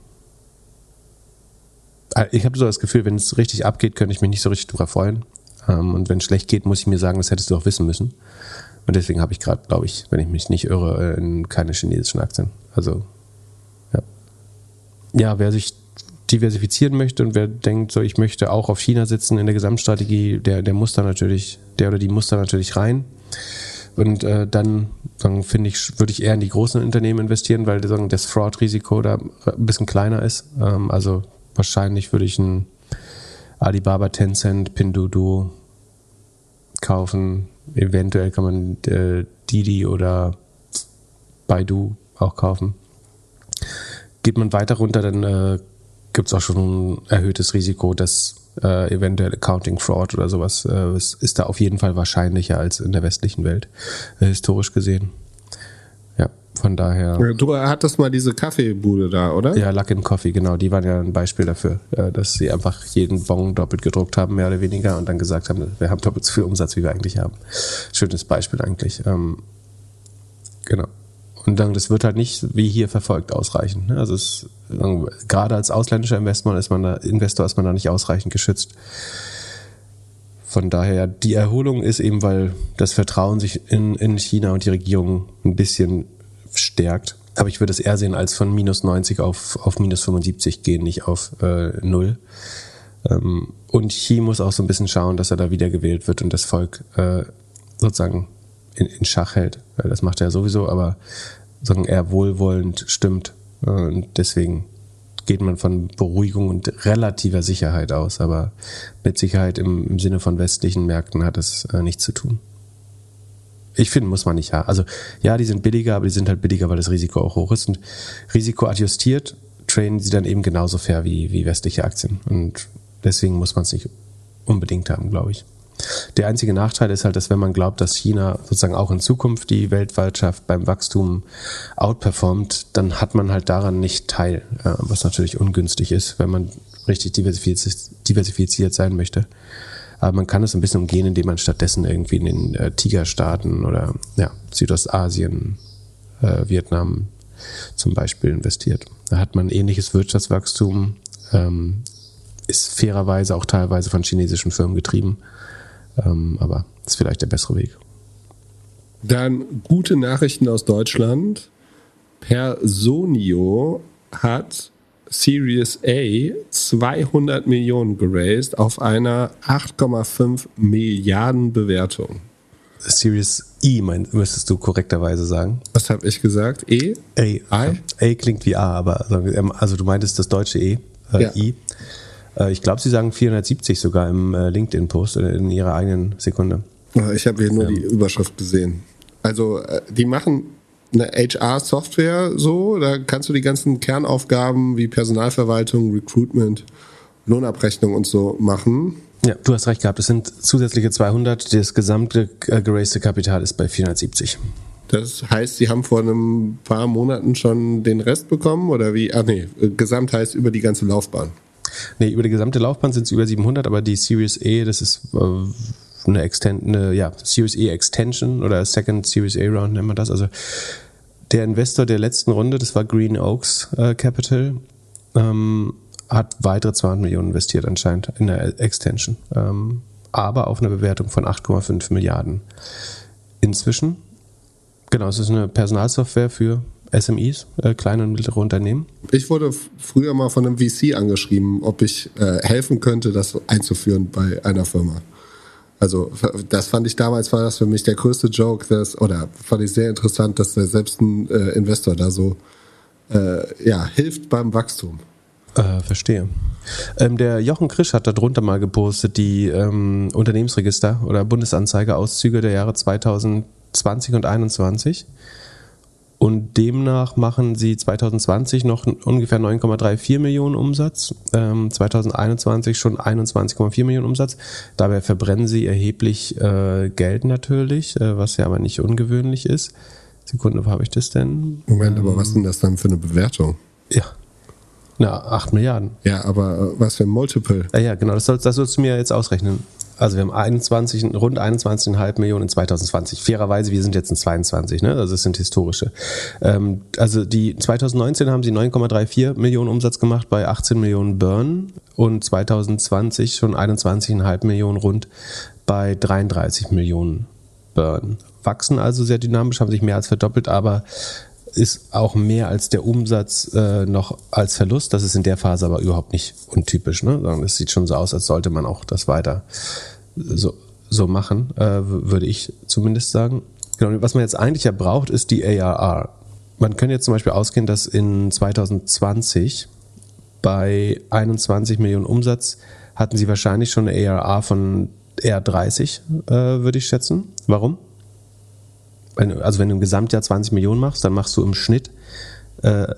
Ich habe so das Gefühl, wenn es richtig abgeht, könnte ich mich nicht so richtig drüber freuen. Ähm, und wenn es schlecht geht, muss ich mir sagen, das hättest du auch wissen müssen. Und deswegen habe ich gerade, glaube ich, wenn ich mich nicht irre, in keine chinesischen Aktien. Also, ja. Ja, wer sich diversifizieren möchte und wer denkt, so ich möchte auch auf China sitzen in der Gesamtstrategie, der, der muss da natürlich, der oder die muss da natürlich rein. Und äh, dann, dann finde ich, würde ich eher in die großen Unternehmen investieren, weil sagen, das Fraud-Risiko da ein bisschen kleiner ist. Ähm, also wahrscheinlich würde ich ein Alibaba, Tencent, Pinduoduo kaufen. Eventuell kann man äh, Didi oder Baidu auch kaufen. Geht man weiter runter, dann äh, gibt es auch schon ein erhöhtes Risiko, dass äh, eventuell Accounting Fraud oder sowas äh, ist, ist da auf jeden Fall wahrscheinlicher als in der westlichen Welt, äh, historisch gesehen. Ja, von daher... Du hattest mal diese Kaffeebude da, oder? Ja, Luckin Coffee, genau. Die waren ja ein Beispiel dafür, äh, dass sie einfach jeden Bon doppelt gedruckt haben, mehr oder weniger, und dann gesagt haben, wir haben doppelt so viel Umsatz, wie wir eigentlich haben. Schönes Beispiel eigentlich. Ähm, genau. Und dann, das wird halt nicht wie hier verfolgt ausreichend. Ne? Also es, gerade als ausländischer Investor ist man da, Investor ist man da nicht ausreichend geschützt. Von daher, die Erholung ist eben, weil das Vertrauen sich in, in China und die Regierung ein bisschen stärkt. Aber ich würde es eher sehen, als von minus neunzig auf, auf minus fünfundsiebzig gehen, nicht auf äh, null. Ähm, und Xi muss auch so ein bisschen schauen, dass er da wieder gewählt wird und das Volk äh, sozusagen in, in Schach hält. Das macht er sowieso, aber sagen, eher wohlwollend stimmt. Und deswegen geht man von Beruhigung und relativer Sicherheit aus. Aber mit Sicherheit im, im Sinne von westlichen Märkten hat es äh, nichts zu tun. Ich finde, muss man nicht haben. Also ja, die sind billiger, aber die sind halt billiger, weil das Risiko auch hoch ist. Und risikoadjustiert traden sie dann eben genauso fair wie, wie westliche Aktien. Und deswegen muss man es nicht unbedingt haben, glaube ich. Der einzige Nachteil ist halt, dass wenn man glaubt, dass China sozusagen auch in Zukunft die Weltwirtschaft beim Wachstum outperformt, dann hat man halt daran nicht teil, was natürlich ungünstig ist, wenn man richtig diversifiziert sein möchte. Aber man kann es ein bisschen umgehen, indem man stattdessen irgendwie in den äh, Tigerstaaten oder ja, Südostasien, äh, Vietnam zum Beispiel investiert. Da hat man ähnliches Wirtschaftswachstum, ähm, ist fairerweise auch teilweise von chinesischen Firmen getrieben. Ähm, aber ist vielleicht der bessere Weg. Dann gute Nachrichten aus Deutschland. Personio hat Series A zweihundert Millionen geraced auf einer acht Komma fünf Milliarden Bewertung. Series E mein, müsstest du korrekterweise sagen. Was habe ich gesagt? E? A. I? A klingt wie A, aber also du meintest das deutsche E, äh, ja. I. Ich glaube, sie sagen vierhundertsiebzig sogar im äh, LinkedIn-Post in ihrer eigenen Sekunde. Ich habe hier nur ähm. die Überschrift gesehen. Also die machen eine H R-Software so, da kannst du die ganzen Kernaufgaben wie Personalverwaltung, Recruitment, Lohnabrechnung und so machen. Ja, du hast recht gehabt, es sind zusätzliche zweihundert, das gesamte äh, geracete Kapital ist bei vierhundertsiebzig. Das heißt, sie haben vor einem paar Monaten schon den Rest bekommen oder wie? Ach nee, gesamt heißt über die ganze Laufbahn. Nee, über die gesamte Laufbahn sind es über siebenhundert, aber die Series E, das ist äh, eine, Extend, eine ja, Series E Extension oder Second Series A Round nennt man das. Also der Investor der letzten Runde, das war Green Oaks äh, Capital, ähm, hat weitere zweihundert Millionen investiert anscheinend in der Extension. Ähm, aber auf eine Bewertung von acht Komma fünf Milliarden. Inzwischen, genau, es ist eine Personalsoftware für S M Es, äh, kleine und mittlere Unternehmen. Ich wurde f- früher mal von einem V C angeschrieben, ob ich äh, helfen könnte, das einzuführen bei einer Firma. Also das fand ich damals, war das für mich der größte Joke, das, oder fand ich sehr interessant, dass der selbst ein äh, Investor da so äh, ja, hilft beim Wachstum. Äh, verstehe. Ähm, der Jochen Krisch hat da drunter mal gepostet, die ähm, Unternehmensregister oder Bundesanzeiger-Auszüge der Jahre zweitausendzwanzig und einundzwanzig. Und demnach machen sie zweitausendzwanzig noch ungefähr neun Komma vierunddreißig Millionen Umsatz, ähm, zweitausendeinundzwanzig schon einundzwanzig Komma vier Millionen Umsatz. Dabei verbrennen sie erheblich äh, Geld natürlich, äh, was ja aber nicht ungewöhnlich ist. Sekunde, wo habe ich das denn? Moment, aber was ist denn das dann für eine Bewertung? Ja, na, acht Milliarden. Ja, aber äh, was für ein Multiple? Ja, ja, genau, das sollst, das sollst du mir jetzt ausrechnen. Also wir haben einundzwanzig, rund einundzwanzig Komma fünf Millionen in zweitausendzwanzig. Fairerweise, wir sind jetzt in zweiundzwanzig, ne? Also es sind historische. Ähm, also die zweitausendneunzehn haben sie neun Komma vierunddreißig Millionen Umsatz gemacht bei achtzehn Millionen Burn und zweitausendzwanzig schon einundzwanzig Komma fünf Millionen rund bei dreiunddreißig Millionen Burn. Wachsen also sehr dynamisch, haben sich mehr als verdoppelt, aber ist auch mehr als der Umsatz äh, noch als Verlust. Das ist in der Phase aber überhaupt nicht untypisch, ne? Sondern es sieht schon so aus, als sollte man auch das weiter so, so machen, äh, würde ich zumindest sagen. Genau, was man jetzt eigentlich ja braucht, ist die A R R. Man könnte jetzt zum Beispiel ausgehen, dass in zweitausendzwanzig bei einundzwanzig Millionen Umsatz hatten sie wahrscheinlich schon eine A R R von eher dreißig, äh, würde ich schätzen. Warum? Also wenn du im Gesamtjahr zwanzig Millionen machst, dann machst du im Schnitt äh,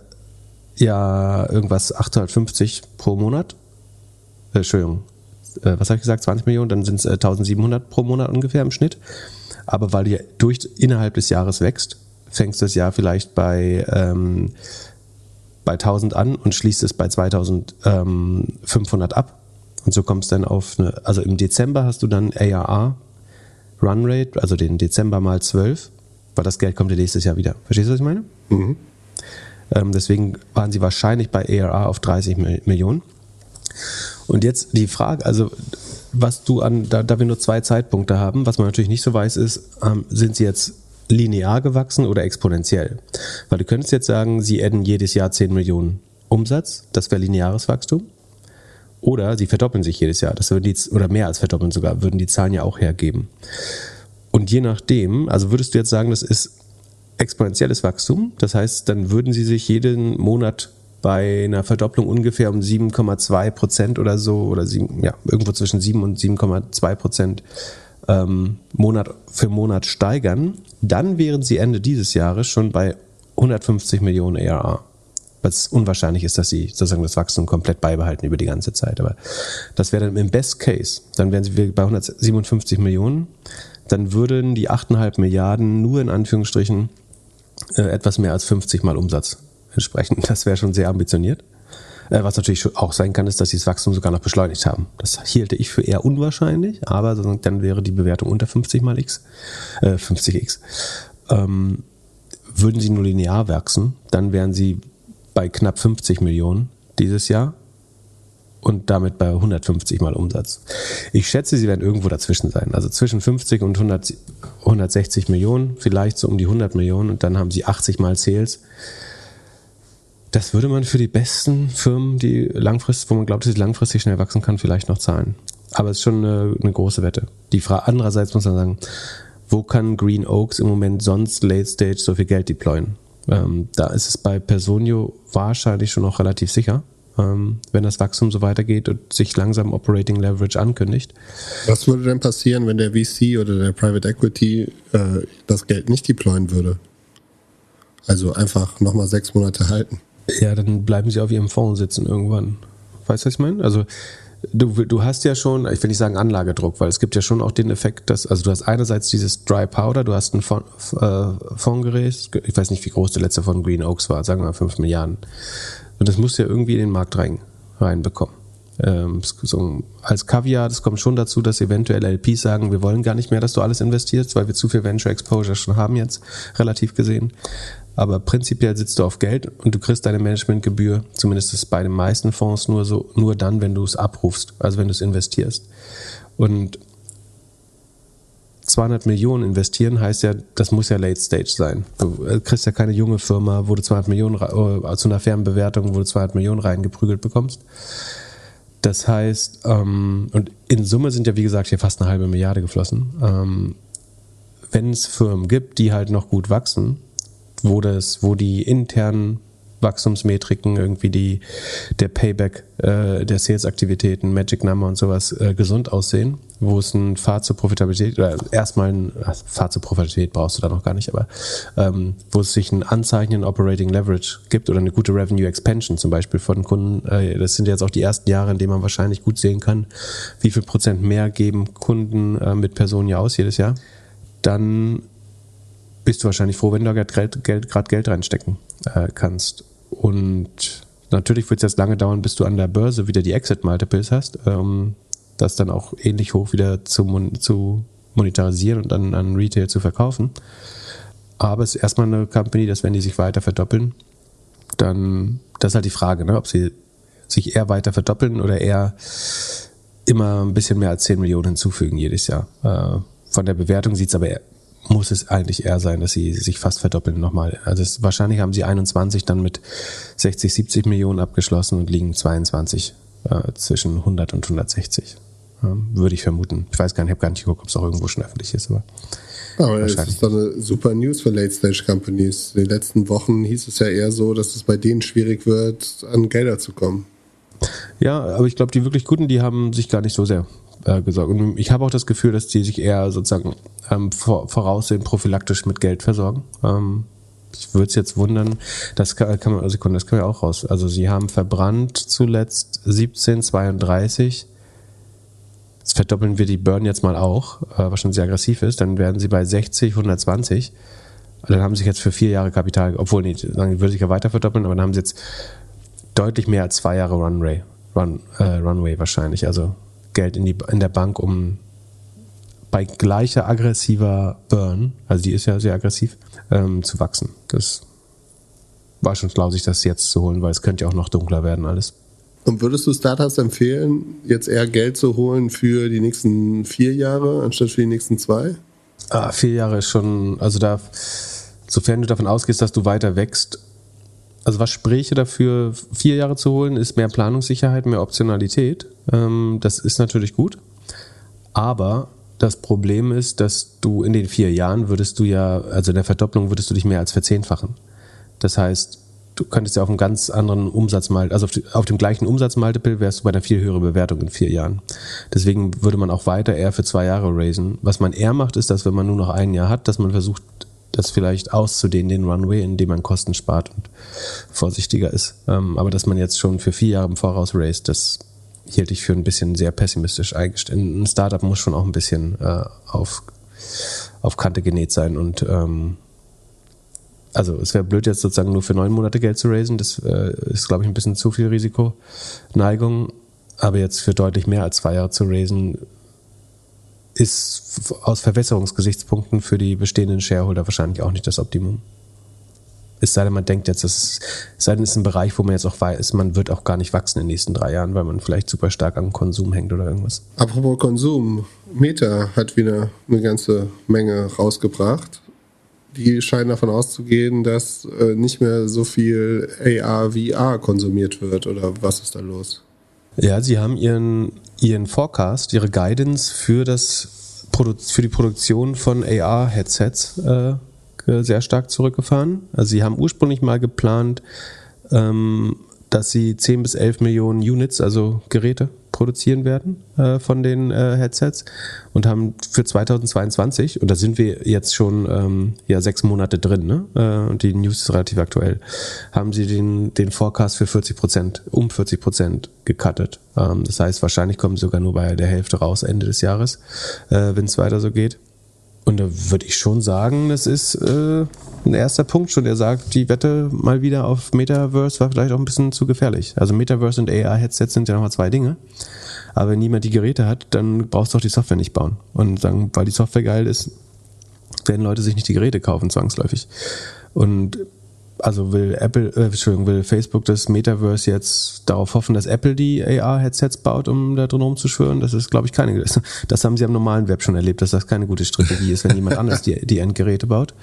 ja irgendwas achthundertfünfzig pro Monat. Äh, Entschuldigung, äh, was habe ich gesagt? zwanzig Millionen, dann sind es äh, eintausendsiebenhundert pro Monat ungefähr im Schnitt. Aber weil du durch innerhalb des Jahres wächst, fängst du das Jahr vielleicht bei, ähm, bei tausend an und schließt es bei zweitausendfünfhundert ab. Und so kommst du dann auf eine, also im Dezember hast du dann A R R Runrate, also den Dezember mal zwölf. Weil das Geld kommt ja nächstes Jahr wieder. Verstehst du, was ich meine? Mhm. Ähm, deswegen waren sie wahrscheinlich bei A R R auf dreißig Millionen. Und jetzt die Frage, also was du an, da, da wir nur zwei Zeitpunkte haben, was man natürlich nicht so weiß ist, ähm, sind sie jetzt linear gewachsen oder exponentiell? Weil du könntest jetzt sagen, sie adden jedes Jahr zehn Millionen Umsatz, das wäre lineares Wachstum. Oder sie verdoppeln sich jedes Jahr, das würden die, oder mehr als verdoppeln sogar, würden die Zahlen ja auch hergeben. Und je nachdem, also würdest du jetzt sagen, das ist exponentielles Wachstum, das heißt, dann würden sie sich jeden Monat bei einer Verdopplung ungefähr um sieben Komma zwei Prozent oder so, oder sieben, ja, irgendwo zwischen sieben und sieben Komma zwei Prozent ähm, Monat für Monat steigern, dann wären sie Ende dieses Jahres schon bei hundertfünfzig Millionen A R R. Was unwahrscheinlich ist, dass sie sozusagen das Wachstum komplett beibehalten über die ganze Zeit. Aber das wäre dann im Best Case, dann wären sie bei hundertsiebenundfünfzig Millionen. Dann würden die acht Komma fünf Milliarden nur in Anführungsstrichen äh, etwas mehr als fünfzig Mal Umsatz entsprechen. Das wäre schon sehr ambitioniert. Äh, was natürlich auch sein kann, ist, dass sie das Wachstum sogar noch beschleunigt haben. Das hielte ich für eher unwahrscheinlich, aber dann wäre die Bewertung unter fünfzig mal X, äh, fünfzig X. Ähm, würden sie nur linear wachsen, dann wären sie bei knapp fünfzig Millionen dieses Jahr. Und damit bei hundertfünfzig Mal Umsatz. Ich schätze, sie werden irgendwo dazwischen sein. Also zwischen fünfzig und hundert, hundertsechzig Millionen, vielleicht so um die hundert Millionen und dann haben sie achtzig Mal Sales. Das würde man für die besten Firmen, die langfristig, wo man glaubt, dass sie langfristig schnell wachsen kann, vielleicht noch zahlen. Aber es ist schon eine, eine große Wette. Die Frage, andererseits muss man sagen, wo kann Green Oaks im Moment sonst Late Stage so viel Geld deployen? Ähm, da ist es bei Personio wahrscheinlich schon noch relativ sicher. Ähm, wenn das Wachstum so weitergeht und sich langsam Operating Leverage ankündigt. Was würde denn passieren, wenn der V C oder der Private Equity äh, das Geld nicht deployen würde? Also einfach nochmal sechs Monate halten. Ja, dann bleiben sie auf ihrem Fonds sitzen irgendwann. Weißt du, was ich meine? Also du, du hast ja schon, ich will nicht sagen Anlagedruck, weil es gibt ja schon auch den Effekt, dass, also du hast einerseits dieses Dry Powder, du hast ein Fonds, äh, Fondsgerät, ich weiß nicht, wie groß der letzte von Green Oaks war, sagen wir mal fünf Milliarden. Und das musst du ja irgendwie in den Markt rein, reinbekommen. Ähm, so als Kaviar, das kommt schon dazu, dass eventuell L Ps sagen, wir wollen gar nicht mehr, dass du alles investierst, weil wir zu viel Venture Exposure schon haben jetzt, relativ gesehen. Aber prinzipiell sitzt du auf Geld und du kriegst deine Managementgebühr, zumindest ist bei den meisten Fonds nur so, nur dann, wenn du es abrufst, also wenn du es investierst. Und zweihundert Millionen investieren heißt ja, das muss ja Late Stage sein. Du kriegst ja keine junge Firma, wo du zweihundert Millionen, äh, zu einer fairen Bewertung, wo du zweihundert Millionen reingeprügelt bekommst. Das heißt, ähm, und in Summe sind ja wie gesagt hier fast eine halbe Milliarde geflossen. Ähm, wenn es Firmen gibt, die halt noch gut wachsen, wo das, wo die internen Wachstumsmetriken, irgendwie die, der Payback äh, der Sales-Aktivitäten, Magic Number und sowas äh, gesund aussehen, wo es ein Pfad zur Profitabilität, oder erstmal ein ach, Pfad zur Profitabilität brauchst du da noch gar nicht, aber ähm, wo es sich ein Anzeichen in Operating Leverage gibt oder eine gute Revenue Expansion zum Beispiel von Kunden, äh, das sind jetzt auch die ersten Jahre, in denen man wahrscheinlich gut sehen kann, wie viel Prozent mehr geben Kunden äh, mit Personen ja aus jedes Jahr, dann bist du wahrscheinlich froh, wenn du gerade Geld, Geld, grad Geld reinstecken äh, kannst. Und natürlich wird es jetzt lange dauern, bis du an der Börse wieder die Exit-Multiples hast, um das dann auch ähnlich hoch wieder zu, mon- zu monetarisieren und dann an Retail zu verkaufen. Aber es ist erstmal eine Company, dass wenn die sich weiter verdoppeln, dann, das ist halt die Frage, ne, ob sie sich eher weiter verdoppeln oder eher immer ein bisschen mehr als zehn Millionen hinzufügen jedes Jahr. Äh, von der Bewertung sieht es aber eher, muss es eigentlich eher sein, dass sie sich fast verdoppeln nochmal. Also es, wahrscheinlich haben sie einundzwanzig dann mit sechzig, siebzig Millionen abgeschlossen und liegen zweiundzwanzig äh, zwischen hundert und hundertsechzig. Ja, würde ich vermuten. Ich weiß gar nicht, ich habe gar nicht geguckt, ob es auch irgendwo schon öffentlich ist. Aber, aber es ist doch eine super News für Late-Stage-Companies. In den letzten Wochen hieß es ja eher so, dass es bei denen schwierig wird, an Gelder zu kommen. Ja, aber ich glaube, die wirklich Guten, die haben sich gar nicht so sehr gesorgt. Und ich habe auch das Gefühl, dass die sich eher sozusagen ähm, vor, voraussehen, prophylaktisch mit Geld versorgen. Ähm, ich würde es jetzt wundern, das kann, kann man, also das können wir auch raus. Also sie haben verbrannt zuletzt siebzehn, zweiunddreißig. Jetzt verdoppeln wir die Burn jetzt mal auch, äh, was schon sehr aggressiv ist. Dann werden sie bei sechzig, hundertzwanzig. Dann haben sie sich jetzt für vier Jahre Kapital, obwohl nicht, dann würde sich ja weiter verdoppeln, aber dann haben sie jetzt deutlich mehr als zwei Jahre Runway, Run, äh, Runway wahrscheinlich. Also Geld in, die, in der Bank, um bei gleicher aggressiver Burn, also die ist ja sehr aggressiv, ähm, zu wachsen. Das war schon schlau, sich das jetzt zu holen, weil es könnte ja auch noch dunkler werden alles. Und würdest du Startups empfehlen, jetzt eher Geld zu holen für die nächsten vier Jahre, anstatt für die nächsten zwei? Ah, vier Jahre ist schon, also da, sofern du davon ausgehst, dass du weiter wächst, also was spräche dafür, vier Jahre zu holen, ist mehr Planungssicherheit, mehr Optionalität. Ähm, das ist natürlich gut. Aber das Problem ist, dass du in den vier Jahren würdest du ja, also in der Verdopplung würdest du dich mehr als verzehnfachen. Das heißt, du könntest ja auf einem ganz anderen Umsatzmultiple, also auf, die, auf dem gleichen Umsatzmultiple wärst du bei einer viel höheren Bewertung in vier Jahren. Deswegen würde man auch weiter eher für zwei Jahre raisen. Was man eher macht, ist, dass wenn man nur noch ein Jahr hat, dass man versucht, das vielleicht auszudehnen, den Runway, indem man Kosten spart und vorsichtiger ist. Ähm, aber dass man jetzt schon für vier Jahre im Voraus raced, das hielt ich für ein bisschen sehr pessimistisch eingestellt. Ein Startup muss schon auch ein bisschen äh, auf, auf Kante genäht sein und ähm, also es wäre blöd, jetzt sozusagen nur für neun Monate Geld zu raisen. Das äh, ist, glaube ich, ein bisschen zu viel Risikoneigung. Aber jetzt für deutlich mehr als zwei Jahre zu raisen, ist aus Verwässerungsgesichtspunkten für die bestehenden Shareholder wahrscheinlich auch nicht das Optimum. Es sei denn, man denkt jetzt, das ist, es sei denn, es ist ein Bereich, wo man jetzt auch weiß, man wird auch gar nicht wachsen in den nächsten drei Jahren, weil man vielleicht super stark am Konsum hängt oder irgendwas. Apropos Konsum, Meta hat wieder eine ganze Menge rausgebracht. Die scheinen davon auszugehen, dass äh, nicht mehr so viel A R, V R konsumiert wird, oder was ist da los? Ja, sie haben ihren, ihren Forecast, ihre Guidance für, das, für die Produktion von A R-Headsets äh, sehr stark zurückgefahren. Also sie haben ursprünglich mal geplant, ähm, dass sie zehn bis elf Millionen Units, also Geräte, produzieren werden äh, von den äh, Headsets und haben für zweitausendzweiundzwanzig, und da sind wir jetzt schon ähm, ja sechs Monate drin, ne? äh, und die News ist relativ aktuell, haben sie den, den Forecast für vierzig Prozent, um vierzig Prozent gecuttet. Ähm, das heißt, wahrscheinlich kommen sie sogar nur bei der Hälfte raus Ende des Jahres, äh, wenn es weiter so geht. Und da würde ich schon sagen, das ist äh, ein erster Punkt schon, der sagt, die Wette mal wieder auf Metaverse war vielleicht auch ein bisschen zu gefährlich. Also Metaverse und A R-Headsets sind ja nochmal zwei Dinge. Aber wenn niemand die Geräte hat, dann brauchst du auch die Software nicht bauen. Und dann, weil die Software geil ist, werden Leute sich nicht die Geräte kaufen, zwangsläufig. Und also will Apple, äh, Entschuldigung, will Facebook das Metaverse jetzt darauf hoffen, dass Apple die A R-Headsets baut, um da drin rumzuschwören? Das ist, glaube ich, keine. Das haben sie am normalen Web schon erlebt, dass das keine gute Strategie ist, wenn jemand anders die, die Endgeräte baut.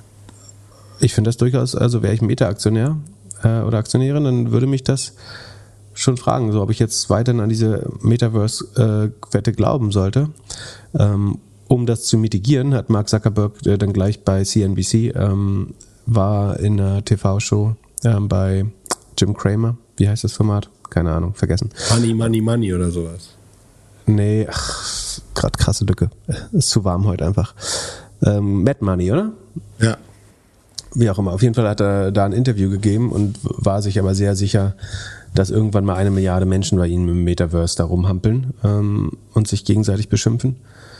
Ich finde das durchaus, also wäre ich Meta-Aktionär äh, oder Aktionärin, dann würde mich das schon fragen, so ob ich jetzt weiterhin an diese Metaverse-Wette äh, glauben sollte. Ähm, um das zu mitigieren, hat Mark Zuckerberg äh, dann gleich bei C N B C ähm, war in einer T V-Show ähm, bei Jim Cramer. Wie heißt das Format? Keine Ahnung, vergessen. Money, Money, Money oder sowas. Nee, gerade krasse Lücke. Ist zu warm heute einfach. Ähm, Mad Money, oder? Ja. Wie auch immer. Auf jeden Fall hat er da ein Interview gegeben und war sich aber sehr sicher, dass irgendwann mal eine Milliarde Menschen bei ihnen im Metaverse da rumhampeln ähm, und sich gegenseitig beschimpfen.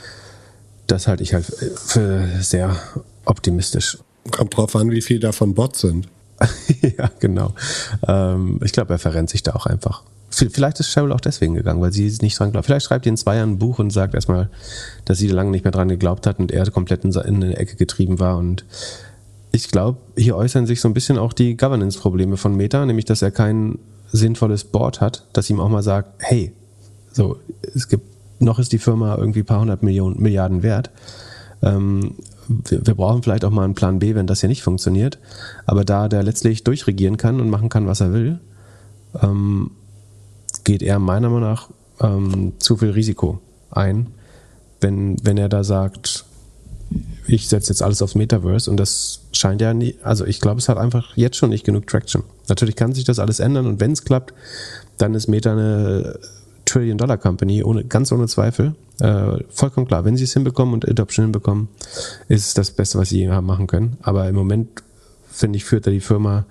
Das halte ich halt für sehr optimistisch. Kommt drauf an, wie viel davon Bots sind. Ja, genau. Ähm, ich glaube, er verrennt sich da auch einfach. Vielleicht ist Sheryl auch deswegen gegangen, weil sie nicht dran glaubt. Vielleicht schreibt ihr in zwei Jahren ein Buch und sagt erstmal, dass sie lange nicht mehr dran geglaubt hat und er komplett in, in eine Ecke getrieben war. Und ich glaube, hier äußern sich so ein bisschen auch die Governance-Probleme von Meta, nämlich, dass er kein sinnvolles Board hat, das ihm auch mal sagt, hey, so, es gibt, noch ist die Firma irgendwie ein paar hundert Millionen, Milliarden wert. Ähm, wir, wir brauchen vielleicht auch mal einen Plan B, wenn das hier nicht funktioniert. Aber da der letztlich durchregieren kann und machen kann, was er will, ähm, geht er meiner Meinung nach ähm, zu viel Risiko ein, wenn, wenn er da sagt, ich setze jetzt alles aufs Metaverse und das scheint ja nie, also ich glaube, es hat einfach jetzt schon nicht genug Traction. Natürlich kann sich das alles ändern und wenn es klappt, dann ist Meta eine Trillion-Dollar-Company, ohne, ganz ohne Zweifel. Äh, vollkommen klar, wenn sie es hinbekommen und Adoption hinbekommen, ist es das Beste, was sie je haben machen können. Aber im Moment, finde ich, führt da die Firma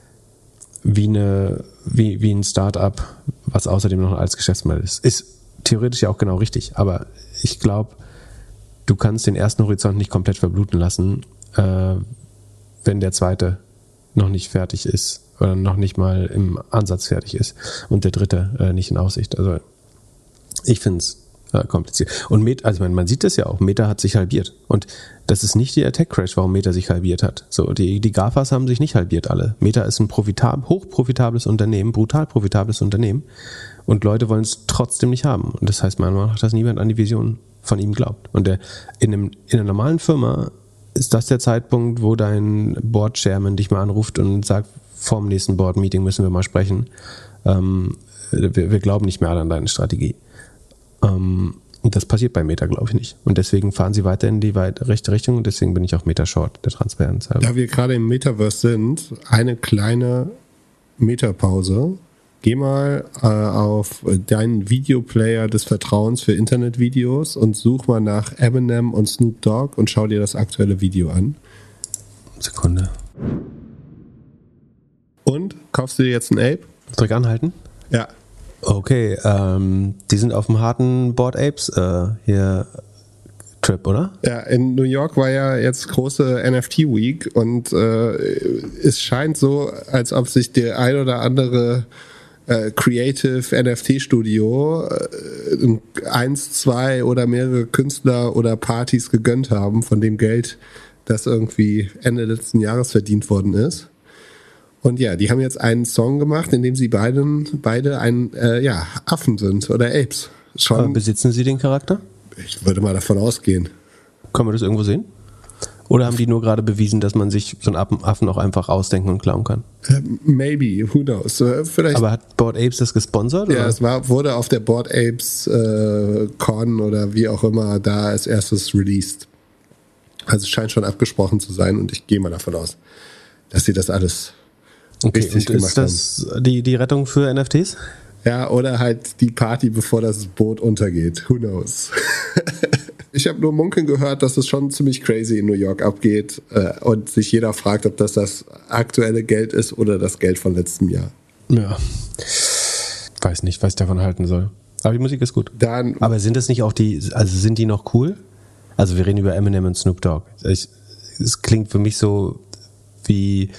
wie, eine, wie, wie ein Start-up, was außerdem noch als Geschäftsmodell ist. Ist theoretisch ja auch genau richtig, aber ich glaube, du kannst den ersten Horizont nicht komplett verbluten lassen, äh, wenn der zweite noch nicht fertig ist oder noch nicht mal im Ansatz fertig ist und der dritte äh, nicht in Aussicht. Also ich finde es äh, kompliziert. Und Meta, also man, man sieht das ja auch, Meta hat sich halbiert. Und das ist nicht der Tech-Crash, warum Meta sich halbiert hat. So, die, die GAFAs haben sich nicht halbiert alle. Meta ist ein profitab, hochprofitables Unternehmen, brutal profitables Unternehmen und Leute wollen es trotzdem nicht haben. Und das heißt, man macht, dass niemand an die Vision von ihm glaubt. Und der, in, einem, in einer normalen Firma ist das der Zeitpunkt, wo dein Board-Chairman dich mal anruft und sagt, vor dem nächsten Board-Meeting müssen wir mal sprechen. Ähm, wir, wir glauben nicht mehr an deine Strategie. Ähm, und das passiert bei Meta, glaube ich, nicht. Und deswegen fahren sie weiter in die weit, rechte Richtung und deswegen bin ich auch Meta-Short, der Transparenz halber. Da wir gerade im Metaverse sind, eine kleine Meta-Pause. Geh mal äh, auf deinen Videoplayer des Vertrauens für Internetvideos und such mal nach Eminem und Snoop Dogg und schau dir das aktuelle Video an. Sekunde. Und? Kaufst du dir jetzt ein Ape? Drück anhalten? Ja. Okay, ähm, die sind auf dem harten Bored Apes äh, hier Trip, oder? Ja, in New York war ja jetzt große N F T Week und äh, es scheint so, als ob sich der ein oder andere äh, Creative N F T Studio äh, eins, zwei oder mehrere Künstler oder Partys gegönnt haben von dem Geld, das irgendwie Ende letzten Jahres verdient worden ist. Und ja, die haben jetzt einen Song gemacht, in dem sie beiden, beide ein äh, ja, Affen sind oder Apes. Schon, Aber besitzen sie den Charakter? Ich würde mal davon ausgehen. Können wir das irgendwo sehen? Oder haben die nur gerade bewiesen, dass man sich so einen Affen auch einfach ausdenken und klauen kann? Uh, maybe, who knows? Uh, vielleicht. Aber hat Bored Apes das gesponsert? Ja, oder? es war, wurde auf der Bored Apes äh, Con oder wie auch immer da als erstes released. Also es scheint schon abgesprochen zu sein und ich gehe mal davon aus, dass sie das alles okay, richtig und gemacht ist das haben. Die, die Rettung für N F Ts? Ja, oder halt die Party, bevor das Boot untergeht. Who knows? Ich habe nur munkeln gehört, dass es schon ziemlich crazy in New York abgeht äh, und sich jeder fragt, ob das das aktuelle Geld ist oder das Geld von letztem Jahr. Ja. Weiß nicht, was ich davon halten soll. Aber die Musik ist gut. Dann, Aber sind das nicht auch die, also sind die noch cool? Also wir reden über Eminem und Snoop Dogg. Ich, es klingt für mich so wie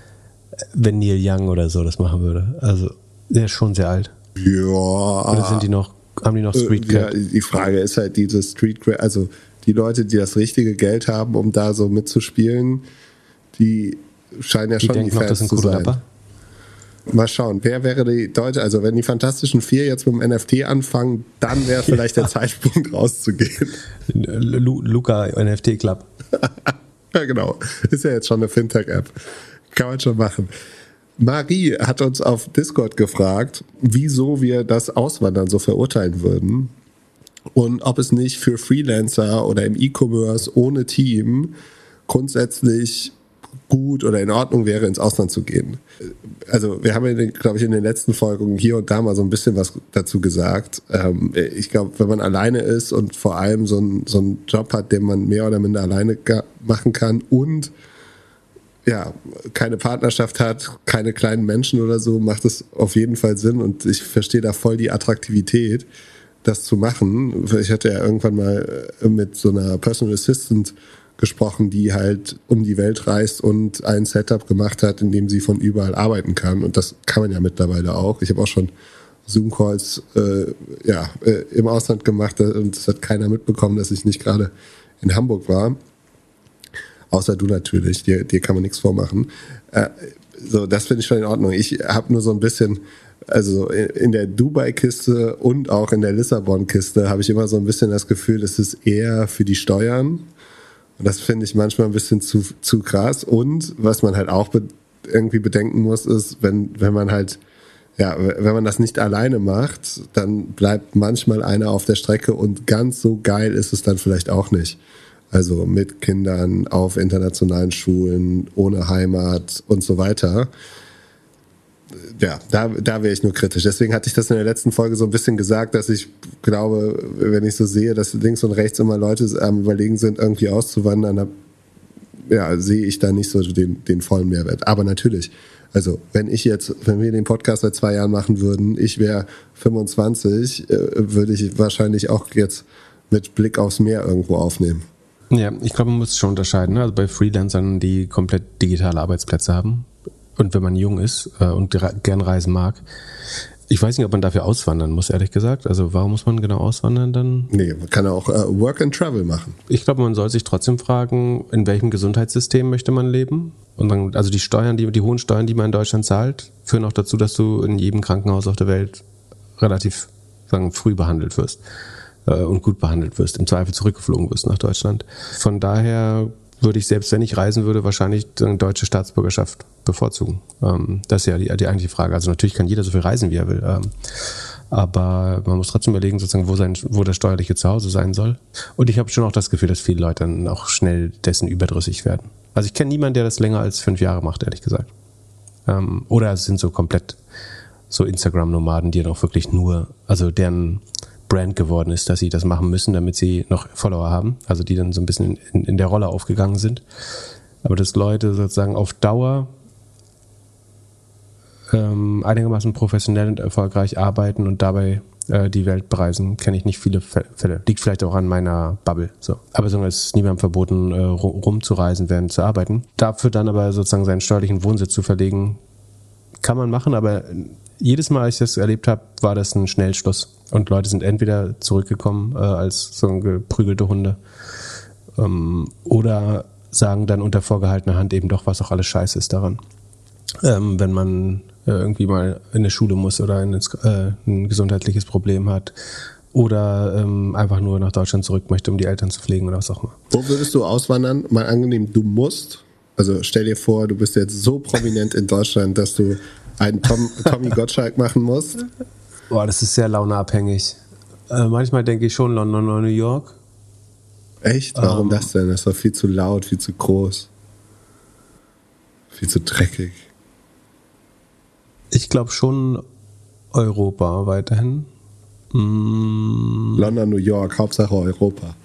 wenn Neil Young oder so das machen würde. Also der ist schon sehr alt. Ja. Oder sind die noch, haben die noch Street Cred? Ja, die Frage ist halt diese Street Cred, also die Leute, die das richtige Geld haben, um da so mitzuspielen, die scheinen ja Die schon die denken noch, das Fans sind zu coole sein. Rapper? Mal schauen, wer wäre die Deutsche, also wenn die Fantastischen Vier jetzt mit dem N F T anfangen, dann wäre vielleicht der Zeitpunkt rauszugehen. Lu- Luca N F T Club. Ja, genau. Ist ja jetzt schon eine Fintech-App. Kann man schon machen. Marie hat uns auf Discord gefragt, wieso wir das Auswandern so verurteilen würden und ob es nicht für Freelancer oder im E-Commerce ohne Team grundsätzlich gut oder in Ordnung wäre, ins Ausland zu gehen. Also wir haben ja, glaube ich, in den letzten Folgen hier und da mal so ein bisschen was dazu gesagt. Ich glaube, wenn man alleine ist und vor allem so einen, so einen Job hat, den man mehr oder minder alleine machen kann und ja, keine Partnerschaft hat, keine kleinen Menschen oder so, macht es auf jeden Fall Sinn und ich verstehe da voll die Attraktivität, das zu machen. Ich hatte ja irgendwann mal mit so einer Personal Assistant gesprochen, die halt um die Welt reist und ein Setup gemacht hat, in dem sie von überall arbeiten kann. Und das kann man ja mittlerweile auch. Ich habe auch schon Zoom-Calls äh, ja, äh, im Ausland gemacht und es hat keiner mitbekommen, dass ich nicht gerade in Hamburg war. Außer du natürlich, dir, dir kann man nichts vormachen. Äh, so, das finde ich schon in Ordnung. Ich habe nur so ein bisschen, also in, in der Dubai-Kiste und auch in der Lissabon-Kiste habe ich immer so ein bisschen das Gefühl, es ist eher für die Steuern. Und das finde ich manchmal ein bisschen zu, zu krass. Und was man halt auch be- irgendwie bedenken muss, ist, wenn, wenn man halt, ja, wenn man das nicht alleine macht, dann bleibt manchmal einer auf der Strecke und ganz so geil ist es dann vielleicht auch nicht. Also mit Kindern auf internationalen Schulen, ohne Heimat und so weiter. Ja, da, da wäre ich nur kritisch. Deswegen hatte ich das in der letzten Folge so ein bisschen gesagt, dass ich glaube, wenn ich so sehe, dass links und rechts immer Leute am Überlegen sind, irgendwie auszuwandern, dann ja, sehe ich da nicht so den, den vollen Mehrwert. Aber natürlich, also wenn ich jetzt, wenn wir den Podcast seit zwei Jahren machen würden, ich wäre fünfundzwanzig, äh, würde ich wahrscheinlich auch jetzt mit Blick aufs Meer irgendwo aufnehmen. Ja, ich glaube, man muss es schon unterscheiden. Ne? Also bei Freelancern, die komplett digitale Arbeitsplätze haben und wenn man jung ist äh, und re- gern reisen mag. Ich weiß nicht, ob man dafür auswandern muss, ehrlich gesagt. Also warum muss man genau auswandern dann? Nee, man kann auch äh, Work and Travel machen. Ich glaube, man soll sich trotzdem fragen, in welchem Gesundheitssystem möchte man leben? Und dann, also die Steuern, die, die hohen Steuern, die man in Deutschland zahlt, führen auch dazu, dass du in jedem Krankenhaus auf der Welt relativ sagen, früh behandelt wirst. Und gut behandelt wirst, im Zweifel zurückgeflogen wirst nach Deutschland. Von daher würde ich, selbst wenn ich reisen würde, wahrscheinlich eine deutsche Staatsbürgerschaft bevorzugen. Das ist ja die, die eigentliche Frage. Also natürlich kann jeder so viel reisen, wie er will. Aber man muss trotzdem überlegen, sozusagen, wo, sein, wo das steuerliche Zuhause sein soll. Und ich habe schon auch das Gefühl, dass viele Leute dann auch schnell dessen überdrüssig werden. Also ich kenne niemanden, der das länger als fünf Jahre macht, ehrlich gesagt. Oder es sind so komplett so Instagram-Nomaden, die dann auch wirklich nur, also deren Brand geworden ist, dass sie das machen müssen, damit sie noch Follower haben, also die dann so ein bisschen in, in der Rolle aufgegangen sind. Aber dass Leute sozusagen auf Dauer ähm, einigermaßen professionell und erfolgreich arbeiten und dabei äh, die Welt bereisen, kenne ich nicht viele Fälle. Liegt vielleicht auch an meiner Bubble. So. Aber so, es ist niemandem verboten, äh, rumzureisen, während zu arbeiten. Dafür dann aber sozusagen seinen steuerlichen Wohnsitz zu verlegen, kann man machen, aber jedes Mal, als ich das erlebt habe, war das ein Schnellschluss. Und Leute sind entweder zurückgekommen äh, als so geprügelte Hunde ähm, oder sagen dann unter vorgehaltener Hand eben doch, was auch alles scheiße ist daran. Ähm, wenn man äh, irgendwie mal in eine Schule muss oder ein, äh, ein gesundheitliches Problem hat oder ähm, einfach nur nach Deutschland zurück möchte, um die Eltern zu pflegen oder was auch immer. Wo würdest du auswandern? Mal angenehm, du musst. Also stell dir vor, du bist jetzt so prominent in Deutschland, dass du einen Tom, Tommy Gottschalk machen musst. Boah, das ist sehr launeabhängig. Äh, manchmal denke ich schon London oder New York. Echt? Warum ähm, das denn? Das war viel zu laut, viel zu groß. Viel zu dreckig. Ich glaube schon Europa weiterhin. Mm. London, New York, Hauptsache Europa.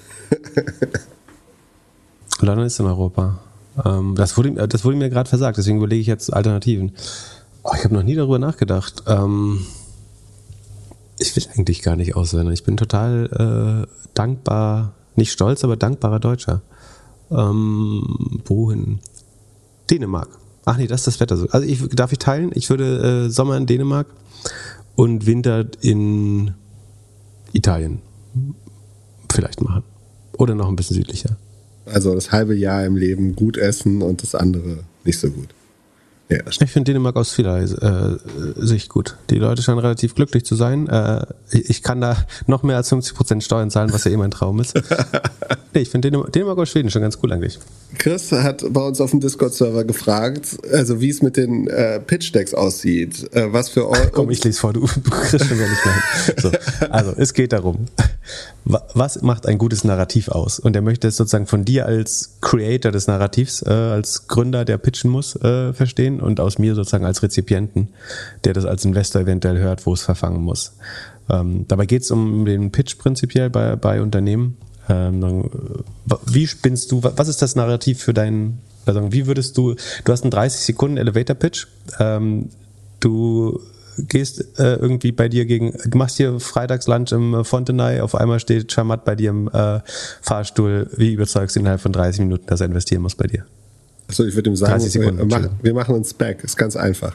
London ist in Europa. Ähm, das, wurde, das wurde mir gerade versagt, deswegen überlege ich jetzt Alternativen. Oh, ich habe noch nie darüber nachgedacht. Ähm, ich will eigentlich gar nicht auswandern. Ich bin total äh, dankbar, Nicht stolz, aber dankbarer Deutscher. Ähm, wohin? Dänemark. Ach nee, das ist das Wetter so. Also ich, darf ich teilen? Ich würde äh, Sommer in Dänemark und Winter in Italien vielleicht machen. Oder noch ein bisschen südlicher. Also das halbe Jahr im Leben gut essen und das andere nicht so gut. Ja, ich finde Dänemark aus vielerlei äh, Sicht gut. Die Leute scheinen relativ glücklich zu sein. Äh, ich, ich kann da noch mehr als fünfzig Prozent Steuern zahlen, was ja eh mein Traum ist. Nee, ich finde Dänemark, Dänemark oder Schweden schon ganz cool eigentlich. Chris hat bei uns auf dem Discord-Server gefragt, also wie es mit den äh, Pitch-Decks aussieht. Äh, was für Ach, komm, ich lese vor, du, du kriegst schon gar nicht mehr hin. So, also, es geht darum, was macht ein gutes Narrativ aus? Und er möchte es sozusagen von dir als Creator des Narrativs, äh, als Gründer, der pitchen muss, äh, verstehen und aus mir sozusagen als Rezipienten, der das als Investor eventuell hört, wo es verfangen muss. Ähm, dabei geht es um den Pitch prinzipiell bei, bei Unternehmen. Ähm, wie spinnst du, was ist das Narrativ für deinen, also wie würdest du, du hast einen dreißig Sekunden Elevator Pitch, ähm, du gehst äh, irgendwie bei dir gegen, du machst hier Freitagslunch im Fontenay, auf einmal steht Chamat bei dir im äh, Fahrstuhl, wie überzeugst du innerhalb von dreißig Minuten, dass er investieren muss bei dir? Achso, ich würde ihm sagen, Sekunden, wir, machen, wir machen uns Back, ist ganz einfach.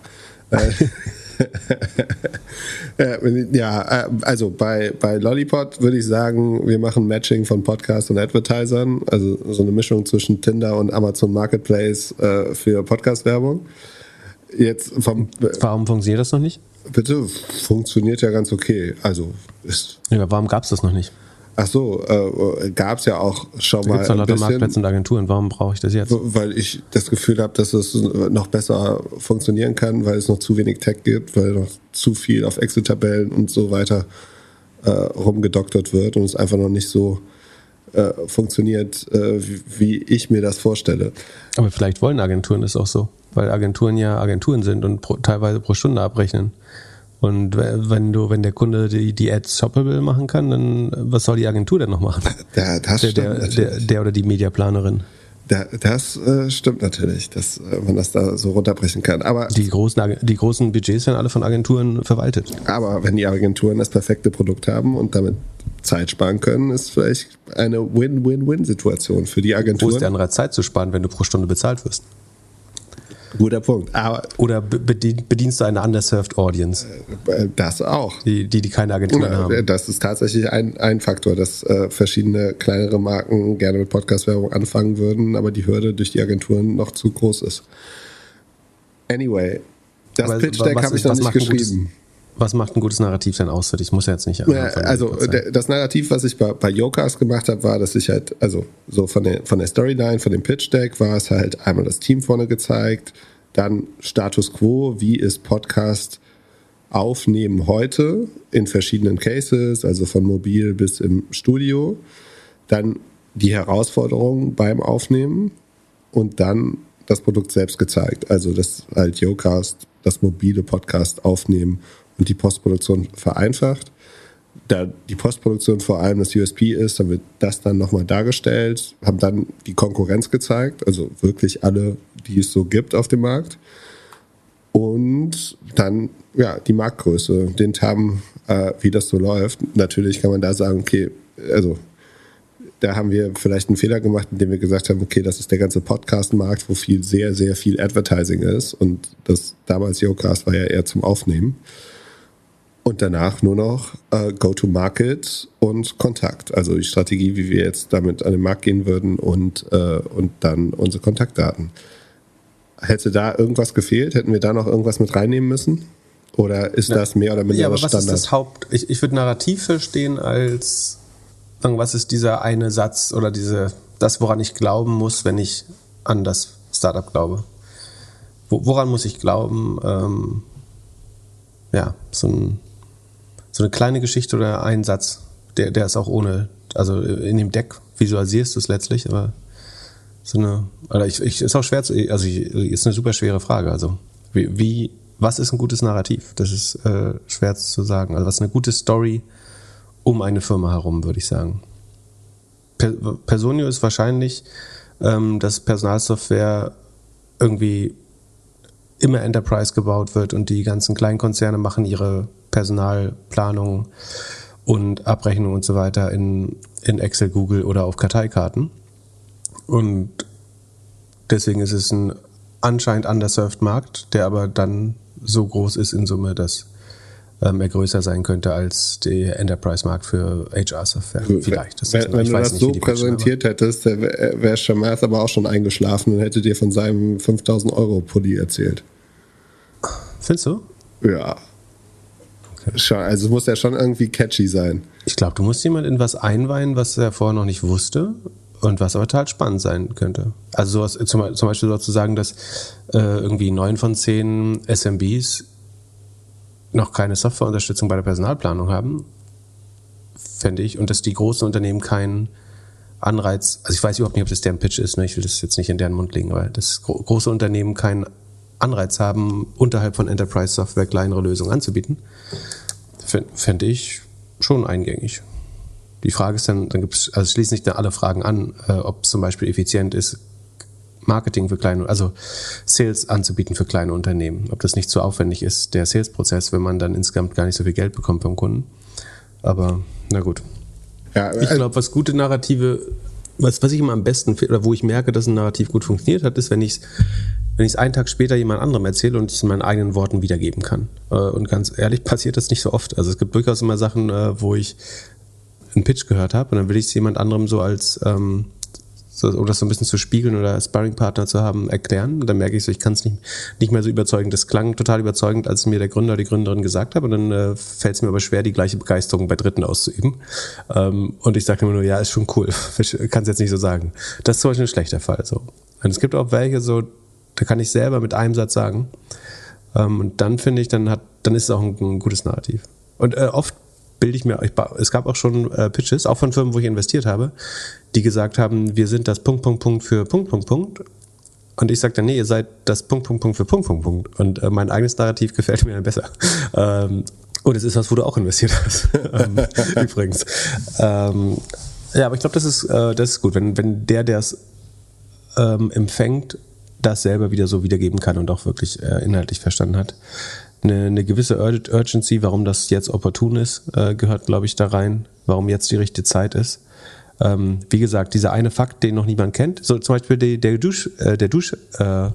Ja, also bei, bei Lollipop würde ich sagen, wir machen Matching von Podcasts und Advertisern, also so eine Mischung zwischen Tinder und Amazon Marketplace äh, für Podcast-Werbung. Jetzt vom, warum funktioniert das noch nicht? Bitte, funktioniert ja ganz okay. Also ist. Ja, warum gab es das noch nicht? Ach so, äh, gab es ja auch schon da mal. Gibt's da lauter Marktplätze und Agenturen. Warum brauche ich das jetzt? Weil ich das Gefühl habe, dass es noch besser funktionieren kann, weil es noch zu wenig Tech gibt, weil noch zu viel auf Excel-Tabellen und so weiter äh, rumgedoktert wird und es einfach noch nicht so äh, funktioniert, äh, wie, wie ich mir das vorstelle. Aber vielleicht wollen Agenturen das auch so, weil Agenturen ja Agenturen sind und pro, teilweise pro Stunde abrechnen. Und wenn du, wenn der Kunde die, die Ads shoppable machen kann, dann was soll die Agentur denn noch machen? Ja, das der, stimmt der, der, der oder die Mediaplanerin. Da, das äh, stimmt natürlich, dass äh, man das da so runterbrechen kann. Aber die großen, die großen Budgets werden alle von Agenturen verwaltet. Aber wenn die Agenturen das perfekte Produkt haben und damit Zeit sparen können, ist vielleicht eine Win-Win-Win-Situation für die Agenturen. Wo ist der Anreiz, Zeit zu sparen, wenn du pro Stunde bezahlt wirst? Guter Punkt. Aber oder bedienst du eine underserved Audience? Das auch. Die, die, die keine Agenturen ja, haben. Das ist tatsächlich ein, ein Faktor, dass äh, verschiedene kleinere Marken gerne mit Podcast-Werbung anfangen würden, aber die Hürde durch die Agenturen noch zu groß ist. Anyway, das aber Pitch-Deck habe ich noch nicht geschrieben. Gutes, was macht ein gutes Narrativ denn aus für dich? Ich muss ja jetzt nicht. Ja, also der, das Narrativ, was ich bei, bei Yocast gemacht habe, war, dass ich halt, also so von der, von der Storyline, von dem Pitch-Deck war es halt einmal das Team vorne gezeigt, dann Status Quo, wie ist Podcast aufnehmen heute in verschiedenen Cases, also von mobil bis im Studio, dann die Herausforderungen beim Aufnehmen und dann das Produkt selbst gezeigt, also das halt Yocast, das mobile Podcast aufnehmen und die Postproduktion vereinfacht. Da die Postproduktion vor allem das U S P ist, dann wird das dann nochmal dargestellt, haben dann die Konkurrenz gezeigt, also wirklich alle, die es so gibt auf dem Markt. Und dann ja die Marktgröße, den Term, äh, wie das so läuft. Natürlich kann man da sagen, okay, also da haben wir vielleicht einen Fehler gemacht, indem wir gesagt haben, okay, das ist der ganze Podcast-Markt, wo viel, sehr, sehr viel Advertising ist. Und das damals Yocast war ja eher zum Aufnehmen. Und danach nur noch äh, Go-to-Market und Kontakt. Also die Strategie, wie wir jetzt damit an den Markt gehen würden und, äh, und dann unsere Kontaktdaten. Hätte da irgendwas gefehlt? Hätten wir da noch irgendwas mit reinnehmen müssen? Oder ist ja. das mehr oder minder ja, aber Standard? Was ist das Haupt? Ich, ich würde Narrativ verstehen als, was ist dieser eine Satz oder diese, das, woran ich glauben muss, wenn ich an das Startup glaube? Wo, woran muss ich glauben? Ähm, ja, so ein So eine kleine Geschichte oder ein Satz, der, der ist auch ohne, also in dem Deck visualisierst du es letztlich, aber so eine, oder ich, ich ist auch schwer zu, also ich, ist eine super schwere Frage, also wie, wie was ist ein gutes Narrativ? Das ist äh, schwer zu sagen, also was ist eine gute Story um eine Firma herum, würde ich sagen. Per, Personio ist wahrscheinlich, ähm, dass Personalsoftware irgendwie immer Enterprise gebaut wird und die ganzen kleinen Konzerne machen ihre Personalplanung und Abrechnungen und so weiter in, in Excel, Google oder auf Karteikarten. Und deswegen ist es ein anscheinend underserved Markt, der aber dann so groß ist in Summe, dass ähm, er größer sein könnte als der Enterprise-Markt für H R-Software. Vielleicht. Das wenn wenn du das nicht, so präsentiert Pitchen, hättest, wäre wär Chamath aber auch schon eingeschlafen und hätte dir von seinem fünftausend Euro Pulli erzählt. Findest du? Ja. Okay. Also muss ja schon irgendwie catchy sein. Ich glaube, du musst jemand in was einweihen, was er vorher noch nicht wusste und was aber total spannend sein könnte. Also sowas, zum, zum Beispiel sozusagen, dass äh, irgendwie neun von zehn S M Bs noch keine Softwareunterstützung bei der Personalplanung haben, fände ich, und dass die großen Unternehmen keinen Anreiz, also ich weiß überhaupt nicht, ob das deren Pitch ist, ne? Ich will das jetzt nicht in deren Mund legen, weil das gro- große Unternehmen keinen Anreiz haben, unterhalb von Enterprise-Software kleinere Lösungen anzubieten, fände ich schon eingängig. Die Frage ist dann, dann gibt es, also schließt nicht alle Fragen an, äh, ob es zum Beispiel effizient ist, Marketing für kleine, also Sales anzubieten für kleine Unternehmen. Ob das nicht zu aufwendig ist, der Sales-Prozess, wenn man dann insgesamt gar nicht so viel Geld bekommt vom Kunden. Aber na gut. Ja, ich glaube, was gute Narrative, was, was ich immer am besten finde, oder wo ich merke, dass ein Narrativ gut funktioniert hat, ist, wenn ich es wenn ich es einen Tag später jemand anderem erzähle und ich es in meinen eigenen Worten wiedergeben kann. Und ganz ehrlich, passiert das nicht so oft. Also es gibt durchaus immer Sachen, wo ich einen Pitch gehört habe und dann will ich es jemand anderem so als, ähm, so, um das so ein bisschen zu spiegeln oder Sparringpartner zu haben, erklären. Und dann merke ich so, ich kann es nicht, nicht mehr so überzeugend. Das klang total überzeugend, als mir der Gründer oder die Gründerin gesagt hat. Und dann äh, fällt es mir aber schwer, die gleiche Begeisterung bei Dritten auszuüben. Ähm, und ich sage immer nur, ja, ist schon cool. Kann es jetzt nicht so sagen. Das ist zum Beispiel ein schlechter Fall. So. Und es gibt auch welche, so, da kann ich selber mit einem Satz sagen. Ähm, und dann finde ich, dann hat, dann ist es auch ein, ein gutes Narrativ. Und äh, oft bilde ich mir, ich, es gab auch schon äh, Pitches, auch von Firmen, wo ich investiert habe, die gesagt haben, wir sind das Punkt, Punkt, Punkt für Punkt, Punkt, Punkt. Und ich sage dann, nee, ihr seid das Punkt, Punkt, Punkt für Punkt, Punkt, Punkt. Und äh, mein eigenes Narrativ gefällt mir dann besser. Ähm, und es ist was, wo du auch investiert hast. ähm, übrigens. Ähm, ja, aber ich glaube, das ist, äh, das ist gut, wenn, wenn der, der es ähm, empfängt, das selber wieder so wiedergeben kann und auch wirklich äh, inhaltlich verstanden hat. Eine, eine gewisse Ur- Urgency, warum das jetzt opportun ist, äh, gehört, glaube ich, da rein, warum jetzt die richtige Zeit ist. Ähm, wie gesagt, dieser eine Fakt, den noch niemand kennt, so zum Beispiel die, der Dusch, äh, der Duschkopf.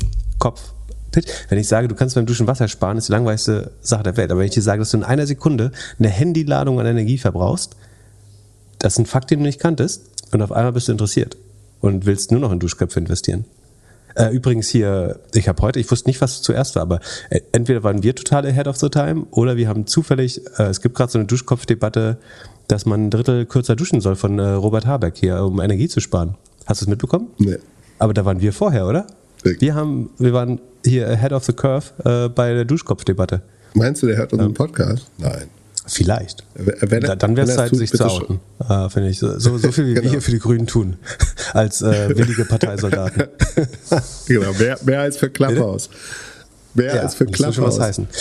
Äh, wenn ich sage, du kannst beim Duschen Wasser sparen, ist die langweiligste Sache der Welt. Aber wenn ich dir sage, dass du in einer Sekunde eine Handyladung an Energie verbrauchst, das ist ein Fakt, den du nicht kanntest, und auf einmal bist du interessiert und willst nur noch in Duschköpfe investieren. Äh, übrigens hier, ich habe heute, ich wusste nicht, was zuerst war, aber äh, entweder waren wir total ahead of the time oder wir haben zufällig, äh, es gibt gerade so eine Duschkopfdebatte, dass man ein Drittel kürzer duschen soll von äh, Robert Habeck hier, um Energie zu sparen. Hast du es mitbekommen? Nee. Aber da waren wir vorher, oder? Wirklich? Wir haben, wir waren hier ahead of the curve äh, bei der Duschkopfdebatte. Meinst du, der hört unseren ähm, Podcast? Nein. Vielleicht. Wenn, da, dann wäre es Zeit, tut, sich zu outen, äh, finde ich. So, so viel, wie genau. wir hier für die Grünen tun, als äh, willige Parteisoldaten. Genau, mehr, mehr als für Clubhouse. Mehr ja, als für Clubhouse. Das soll schon was heißen.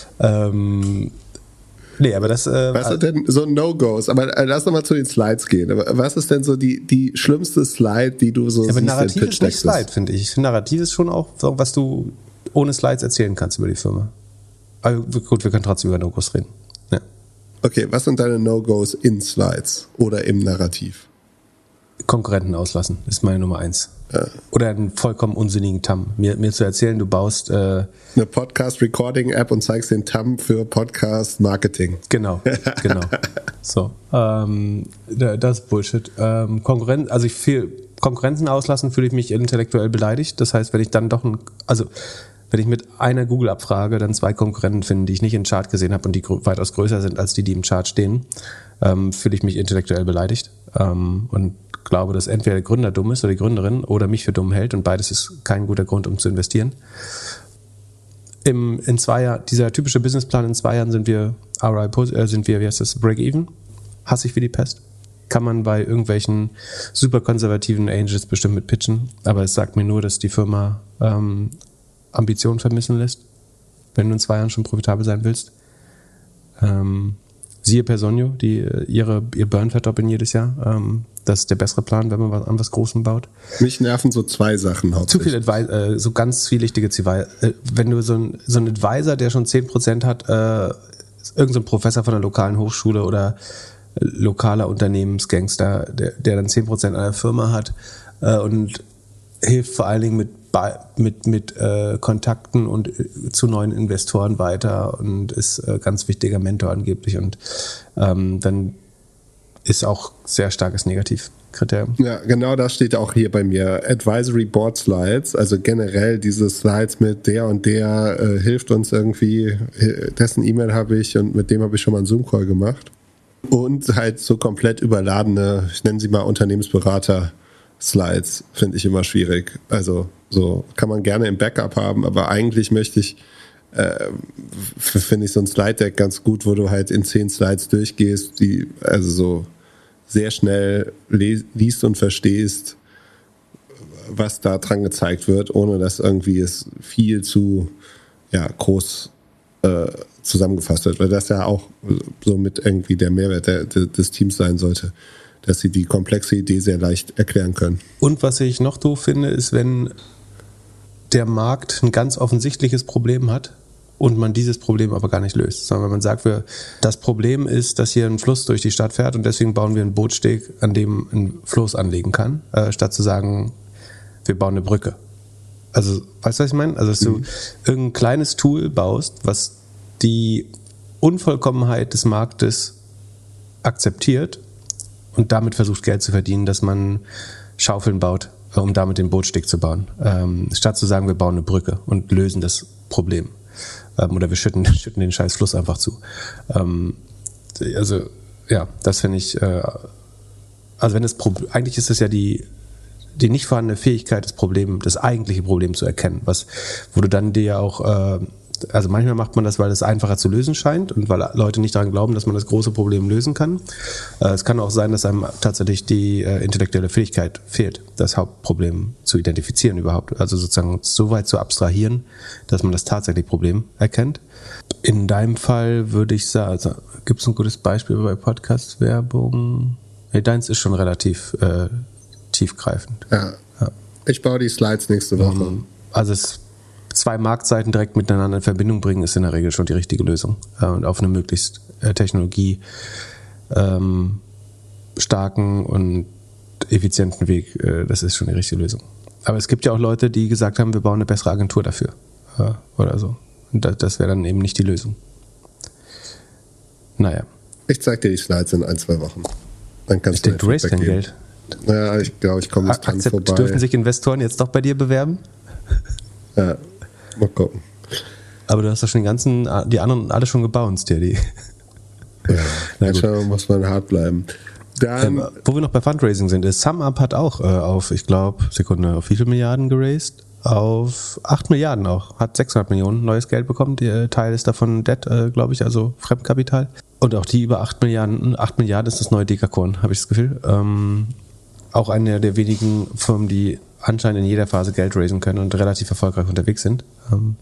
Ähm, nee, aber das... Äh, was sind denn so No-Gos? Aber äh, lass nochmal zu den Slides gehen. Aber was ist denn so die, die schlimmste Slide, die du so ja, siehst? Aber Narrativ ist nicht Slide, finde ich. Ich finde, Narrativ ist schon auch, was du ohne Slides erzählen kannst über die Firma. Aber gut, wir können trotzdem über No-Gos reden. Ja. Okay, was sind deine No-Gos in Slides oder im Narrativ? Konkurrenten auslassen, ist meine Nummer eins. Ja. Oder einen vollkommen unsinnigen T A M. Mir, mir zu erzählen, du baust... Äh, eine Podcast-Recording-App und zeigst den T A M für Podcast-Marketing. Genau, genau. So, ähm, das ist Bullshit. Ähm, Konkurren- also ich viel Konkurrenzen auslassen, fühle ich mich intellektuell beleidigt. Das heißt, wenn ich dann doch ein... Also wenn ich mit einer Google-Abfrage dann zwei Konkurrenten finde, die ich nicht im Chart gesehen habe und die gr- weitaus größer sind als die, die im Chart stehen, ähm, fühle ich mich intellektuell beleidigt. Ähm, und glaube, dass entweder der Gründer dumm ist oder die Gründerin oder mich für dumm hält, und beides ist kein guter Grund, um zu investieren. Im, in zwei Jahren, dieser typische Businessplan, in zwei Jahren sind wir, R I, äh, sind wir, wie heißt das, Break-Even, hasse ich wie die Pest. Kann man bei irgendwelchen super konservativen Angels bestimmt mit pitchen, aber es sagt mir nur, dass die Firma ähm, Ambitionen vermissen lässt, wenn du in zwei Jahren schon profitabel sein willst. Ähm, siehe Personio, die ihre, ihr Burn verdoppeln jedes Jahr. Ähm, das ist der bessere Plan, wenn man was, an was Großem baut. Mich nerven so zwei Sachen hauptsächlich. Zu viel Advi- äh, so ganz zwielichtige Zivil. Äh, wenn du so ein, so ein Advisor, der schon zehn Prozent hat, äh, irgendein so Professor von einer lokalen Hochschule oder lokaler Unternehmensgangster, der, der dann zehn Prozent einer Firma hat äh, und hilft vor allen Dingen mit, mit, mit äh, Kontakten und äh, zu neuen Investoren weiter und ist äh, ganz wichtiger Mentor angeblich und ähm, dann ist auch sehr starkes Negativkriterium. Ja, genau das steht auch hier bei mir. Advisory Board Slides, also generell diese Slides mit der und der äh, hilft uns irgendwie, dessen E-Mail habe ich und mit dem habe ich schon mal einen Zoom-Call gemacht. Und halt so komplett überladene, ich nenne sie mal Unternehmensberater-Slides, finde ich immer schwierig. Also so kann man gerne im Backup haben, aber eigentlich möchte ich, äh, finde ich so ein Slide-Deck ganz gut, wo du halt in zehn Slides durchgehst, die also so sehr schnell les- liest und verstehst, was da dran gezeigt wird, ohne dass irgendwie es viel zu ja, groß äh, zusammengefasst wird, weil das ja auch so mit irgendwie der Mehrwert der, der, des Teams sein sollte, dass sie die komplexe Idee sehr leicht erklären können. Und was ich noch doof finde, ist, wenn der Markt ein ganz offensichtliches Problem hat und man dieses Problem aber gar nicht löst, sondern wenn man sagt, wir, das Problem ist, dass hier ein Fluss durch die Stadt fährt und deswegen bauen wir einen Bootsteg, an dem ein Floß anlegen kann, äh, statt zu sagen, wir bauen eine Brücke. Also, weißt du, was ich meine? Also, dass du mhm. irgendein kleines Tool baust, was die Unvollkommenheit des Marktes akzeptiert und damit versucht, Geld zu verdienen, dass man Schaufeln baut, um damit den Bootsteg zu bauen. Ähm, statt zu sagen, wir bauen eine Brücke und lösen das Problem. Ähm, oder wir schütten, schütten den scheiß Fluss einfach zu. Ähm, also, ja, das finde ich, äh, also wenn das Problem, eigentlich ist es ja die, die nicht vorhandene Fähigkeit, das Problem, das eigentliche Problem zu erkennen, was, wo du dann dir auch, äh, also manchmal macht man das, weil es einfacher zu lösen scheint und weil Leute nicht daran glauben, dass man das große Problem lösen kann. Äh, es kann auch sein, dass einem tatsächlich die äh, intellektuelle Fähigkeit fehlt, das Hauptproblem zu identifizieren überhaupt. Also sozusagen so weit zu abstrahieren, dass man das tatsächliche Problem erkennt. In deinem Fall würde ich sagen, also, gibt es ein gutes Beispiel bei Podcast-Werbung? Nee, deins ist schon relativ äh, tiefgreifend. Ja. ja. Ich baue die Slides nächste Woche. Um, also es zwei Marktseiten direkt miteinander in Verbindung bringen, ist in der Regel schon die richtige Lösung. Äh, und auf einem möglichst äh, Technologie ähm, starken und effizienten Weg, äh, das ist schon die richtige Lösung. Aber es gibt ja auch Leute, die gesagt haben, wir bauen eine bessere Agentur dafür. Äh, oder so. Und das, das wäre dann eben nicht die Lösung. Naja. Ich zeig dir die Slides in ein, zwei Wochen. Dann kannst ich denke, du raisst kein Geld. Ja, ich glaube, ich komme nicht dran Akzept, vorbei. Dürfen sich Investoren jetzt doch bei dir bewerben? Ja, mal gucken. Aber du hast doch schon die ganzen, die anderen alle schon gebounced, ja, die. Ja, manchmal muss man hart bleiben. Dann, ähm, wo wir noch bei Fundraising sind, ist SumUp hat auch äh, auf, ich glaube, Sekunde, auf wie viel Milliarden geraced? Auf acht Milliarden auch. Hat sechshundert Millionen neues Geld bekommen. Der Teil ist davon Debt, äh, glaube ich, also Fremdkapital. Und auch die über acht Milliarden, acht Milliarden ist das neue Dekakorn, habe ich das Gefühl. Ähm, auch eine der wenigen Firmen, die anscheinend in jeder Phase Geld raisen können und relativ erfolgreich unterwegs sind. Ähm,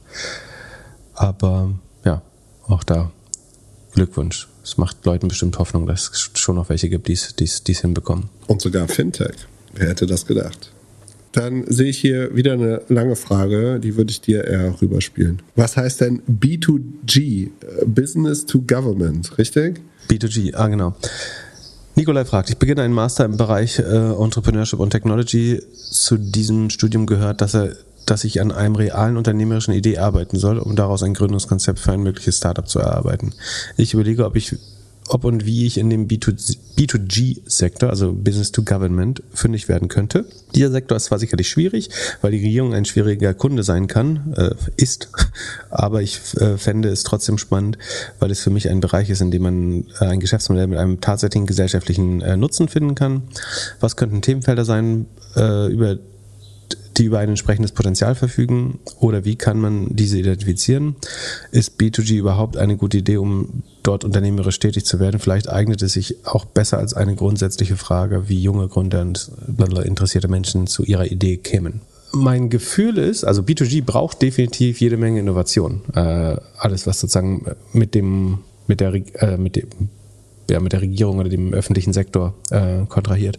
aber ja, auch da Glückwunsch. Es macht Leuten bestimmt Hoffnung, dass es schon noch welche gibt, die es hinbekommen. Und sogar Fintech. Wer hätte das gedacht? Dann sehe ich hier wieder eine lange Frage, die würde ich dir eher rüberspielen. Was heißt denn B zwei G? Business to Government, richtig? B zwei G, ah genau. Nikolai fragt, ich beginne einen Master im Bereich äh, Entrepreneurship und Technology. Zu diesem Studium gehört, dass er, dass ich an einem realen unternehmerischen Idee arbeiten soll, um daraus ein Gründungskonzept für ein mögliches Startup zu erarbeiten. Ich überlege, ob ich, ob und wie ich in dem B zwei G-Sektor, also Business to Government, fündig werden könnte. Dieser Sektor ist zwar sicherlich schwierig, weil die Regierung ein schwieriger Kunde sein kann, äh, ist, aber ich äh, fände es trotzdem spannend, weil es für mich ein Bereich ist, in dem man äh, ein Geschäftsmodell mit einem tatsächlichen gesellschaftlichen äh, Nutzen finden kann. Was könnten Themenfelder sein, äh, über die über ein entsprechendes Potenzial verfügen, oder wie kann man diese identifizieren? Ist B zwei G überhaupt eine gute Idee, um dort unternehmerisch tätig zu werden? Vielleicht eignet es sich auch besser als eine grundsätzliche Frage, wie junge Gründer und interessierte Menschen zu ihrer Idee kämen. Mein Gefühl ist, also B zwei G braucht definitiv jede Menge Innovation. Äh, alles, was sozusagen mit dem, mit der, äh, mit dem, ja, mit der Regierung oder dem öffentlichen Sektor äh, kontrahiert.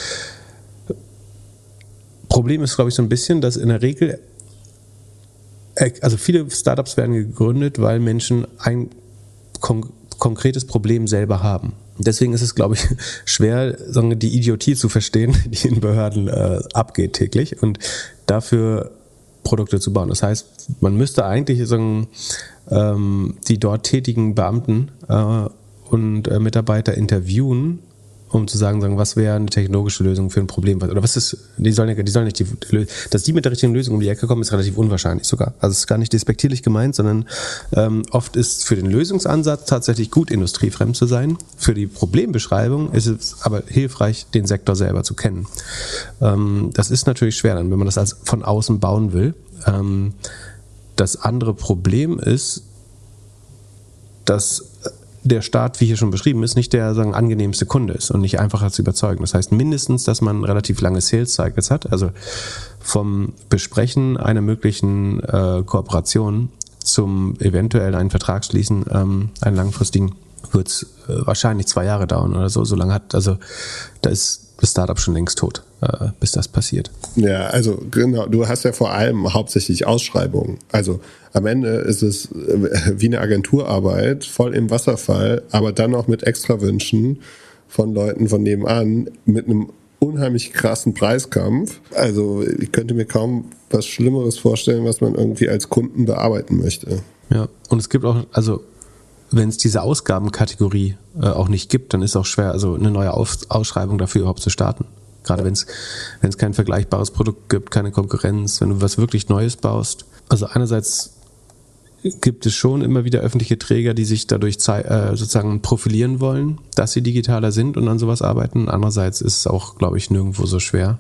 Problem ist, glaube ich, so ein bisschen, dass in der Regel, also viele Startups werden gegründet, weil Menschen ein kon- konkretes Problem selber haben. Deswegen ist es, glaube ich, schwer, sagen, die Idiotie zu verstehen, die in Behörden äh, abgeht täglich und dafür Produkte zu bauen. Das heißt, man müsste eigentlich sagen, ähm, die dort tätigen Beamten äh, und äh, Mitarbeiter interviewen, um zu sagen, sagen, was wäre eine technologische Lösung für ein Problem, oder was ist, die sollen, die sollen nicht die, dass die mit der richtigen Lösung um die Ecke kommen, ist relativ unwahrscheinlich sogar. Also es ist gar nicht despektierlich gemeint, sondern ähm, oft ist für den Lösungsansatz tatsächlich gut, industriefremd zu sein. Für die Problembeschreibung ist es aber hilfreich, den Sektor selber zu kennen. Ähm, das ist natürlich schwer dann, wenn man das als von außen bauen will. Ähm, das andere Problem ist, dass der Staat, wie hier schon beschrieben ist, nicht der sagen, angenehmste Kunde ist und nicht einfacher zu überzeugen. Das heißt mindestens, dass man relativ lange Sales Cycles hat, also vom Besprechen einer möglichen äh, Kooperation zum eventuell einen Vertrag schließen, ähm, einen langfristigen, wird es äh, wahrscheinlich zwei Jahre dauern oder so. So lange hat, also da ist das Startup schon längst tot, äh, bis das passiert. Ja, also genau, du hast ja vor allem hauptsächlich Ausschreibungen. Also am Ende ist es wie eine Agenturarbeit, voll im Wasserfall, aber dann noch mit Extrawünschen von Leuten von nebenan, mit einem unheimlich krassen Preiskampf. Also ich könnte mir kaum was Schlimmeres vorstellen, was man irgendwie als Kunden bearbeiten möchte. Ja, und es gibt auch, also wenn es diese Ausgabenkategorie äh, auch nicht gibt, dann ist es auch schwer, also eine neue Aus- Ausschreibung dafür überhaupt zu starten. Gerade wenn es wenn es kein vergleichbares Produkt gibt, keine Konkurrenz, wenn du was wirklich Neues baust. Also einerseits gibt es schon immer wieder öffentliche Träger, die sich dadurch zei- äh, sozusagen profilieren wollen, dass sie digitaler sind und an sowas arbeiten. Andererseits ist es auch, glaube ich, nirgendwo so schwer.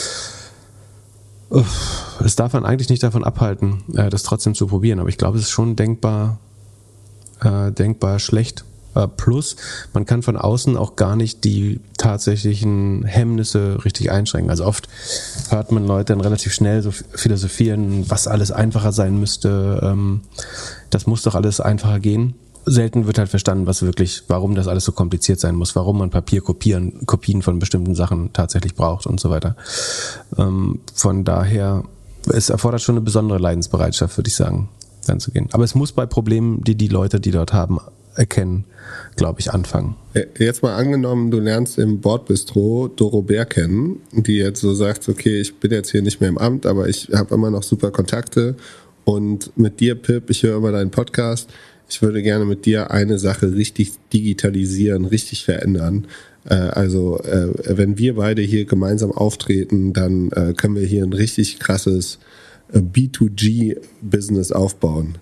Es darf man eigentlich nicht davon abhalten, äh, das trotzdem zu probieren. Aber ich glaube, es ist schon denkbar, äh, denkbar schlecht. Äh, plus, man kann von außen auch gar nicht die tatsächlichen Hemmnisse richtig einschränken. Also oft hört man Leute dann relativ schnell so philosophieren, was alles einfacher sein müsste. Ähm, das muss doch alles einfacher gehen. Selten wird halt verstanden, was wirklich, warum das alles so kompliziert sein muss, warum man Papierkopien, Kopien von bestimmten Sachen tatsächlich braucht und so weiter. Ähm, von daher, es erfordert schon eine besondere Leidensbereitschaft, würde ich sagen, dann zu gehen. Aber es muss bei Problemen, die die Leute, die dort haben, erkennen, glaube ich, anfangen. Jetzt mal angenommen, du lernst im Bordbistro Doro Bär kennen, die jetzt so sagt, okay, ich bin jetzt hier nicht mehr im Amt, aber ich habe immer noch super Kontakte und mit dir, Pip, ich höre immer deinen Podcast, ich würde gerne mit dir eine Sache richtig digitalisieren, richtig verändern. Äh, also äh, wenn wir beide hier gemeinsam auftreten, dann äh, können wir hier ein richtig krasses äh, B zwei G-Business aufbauen.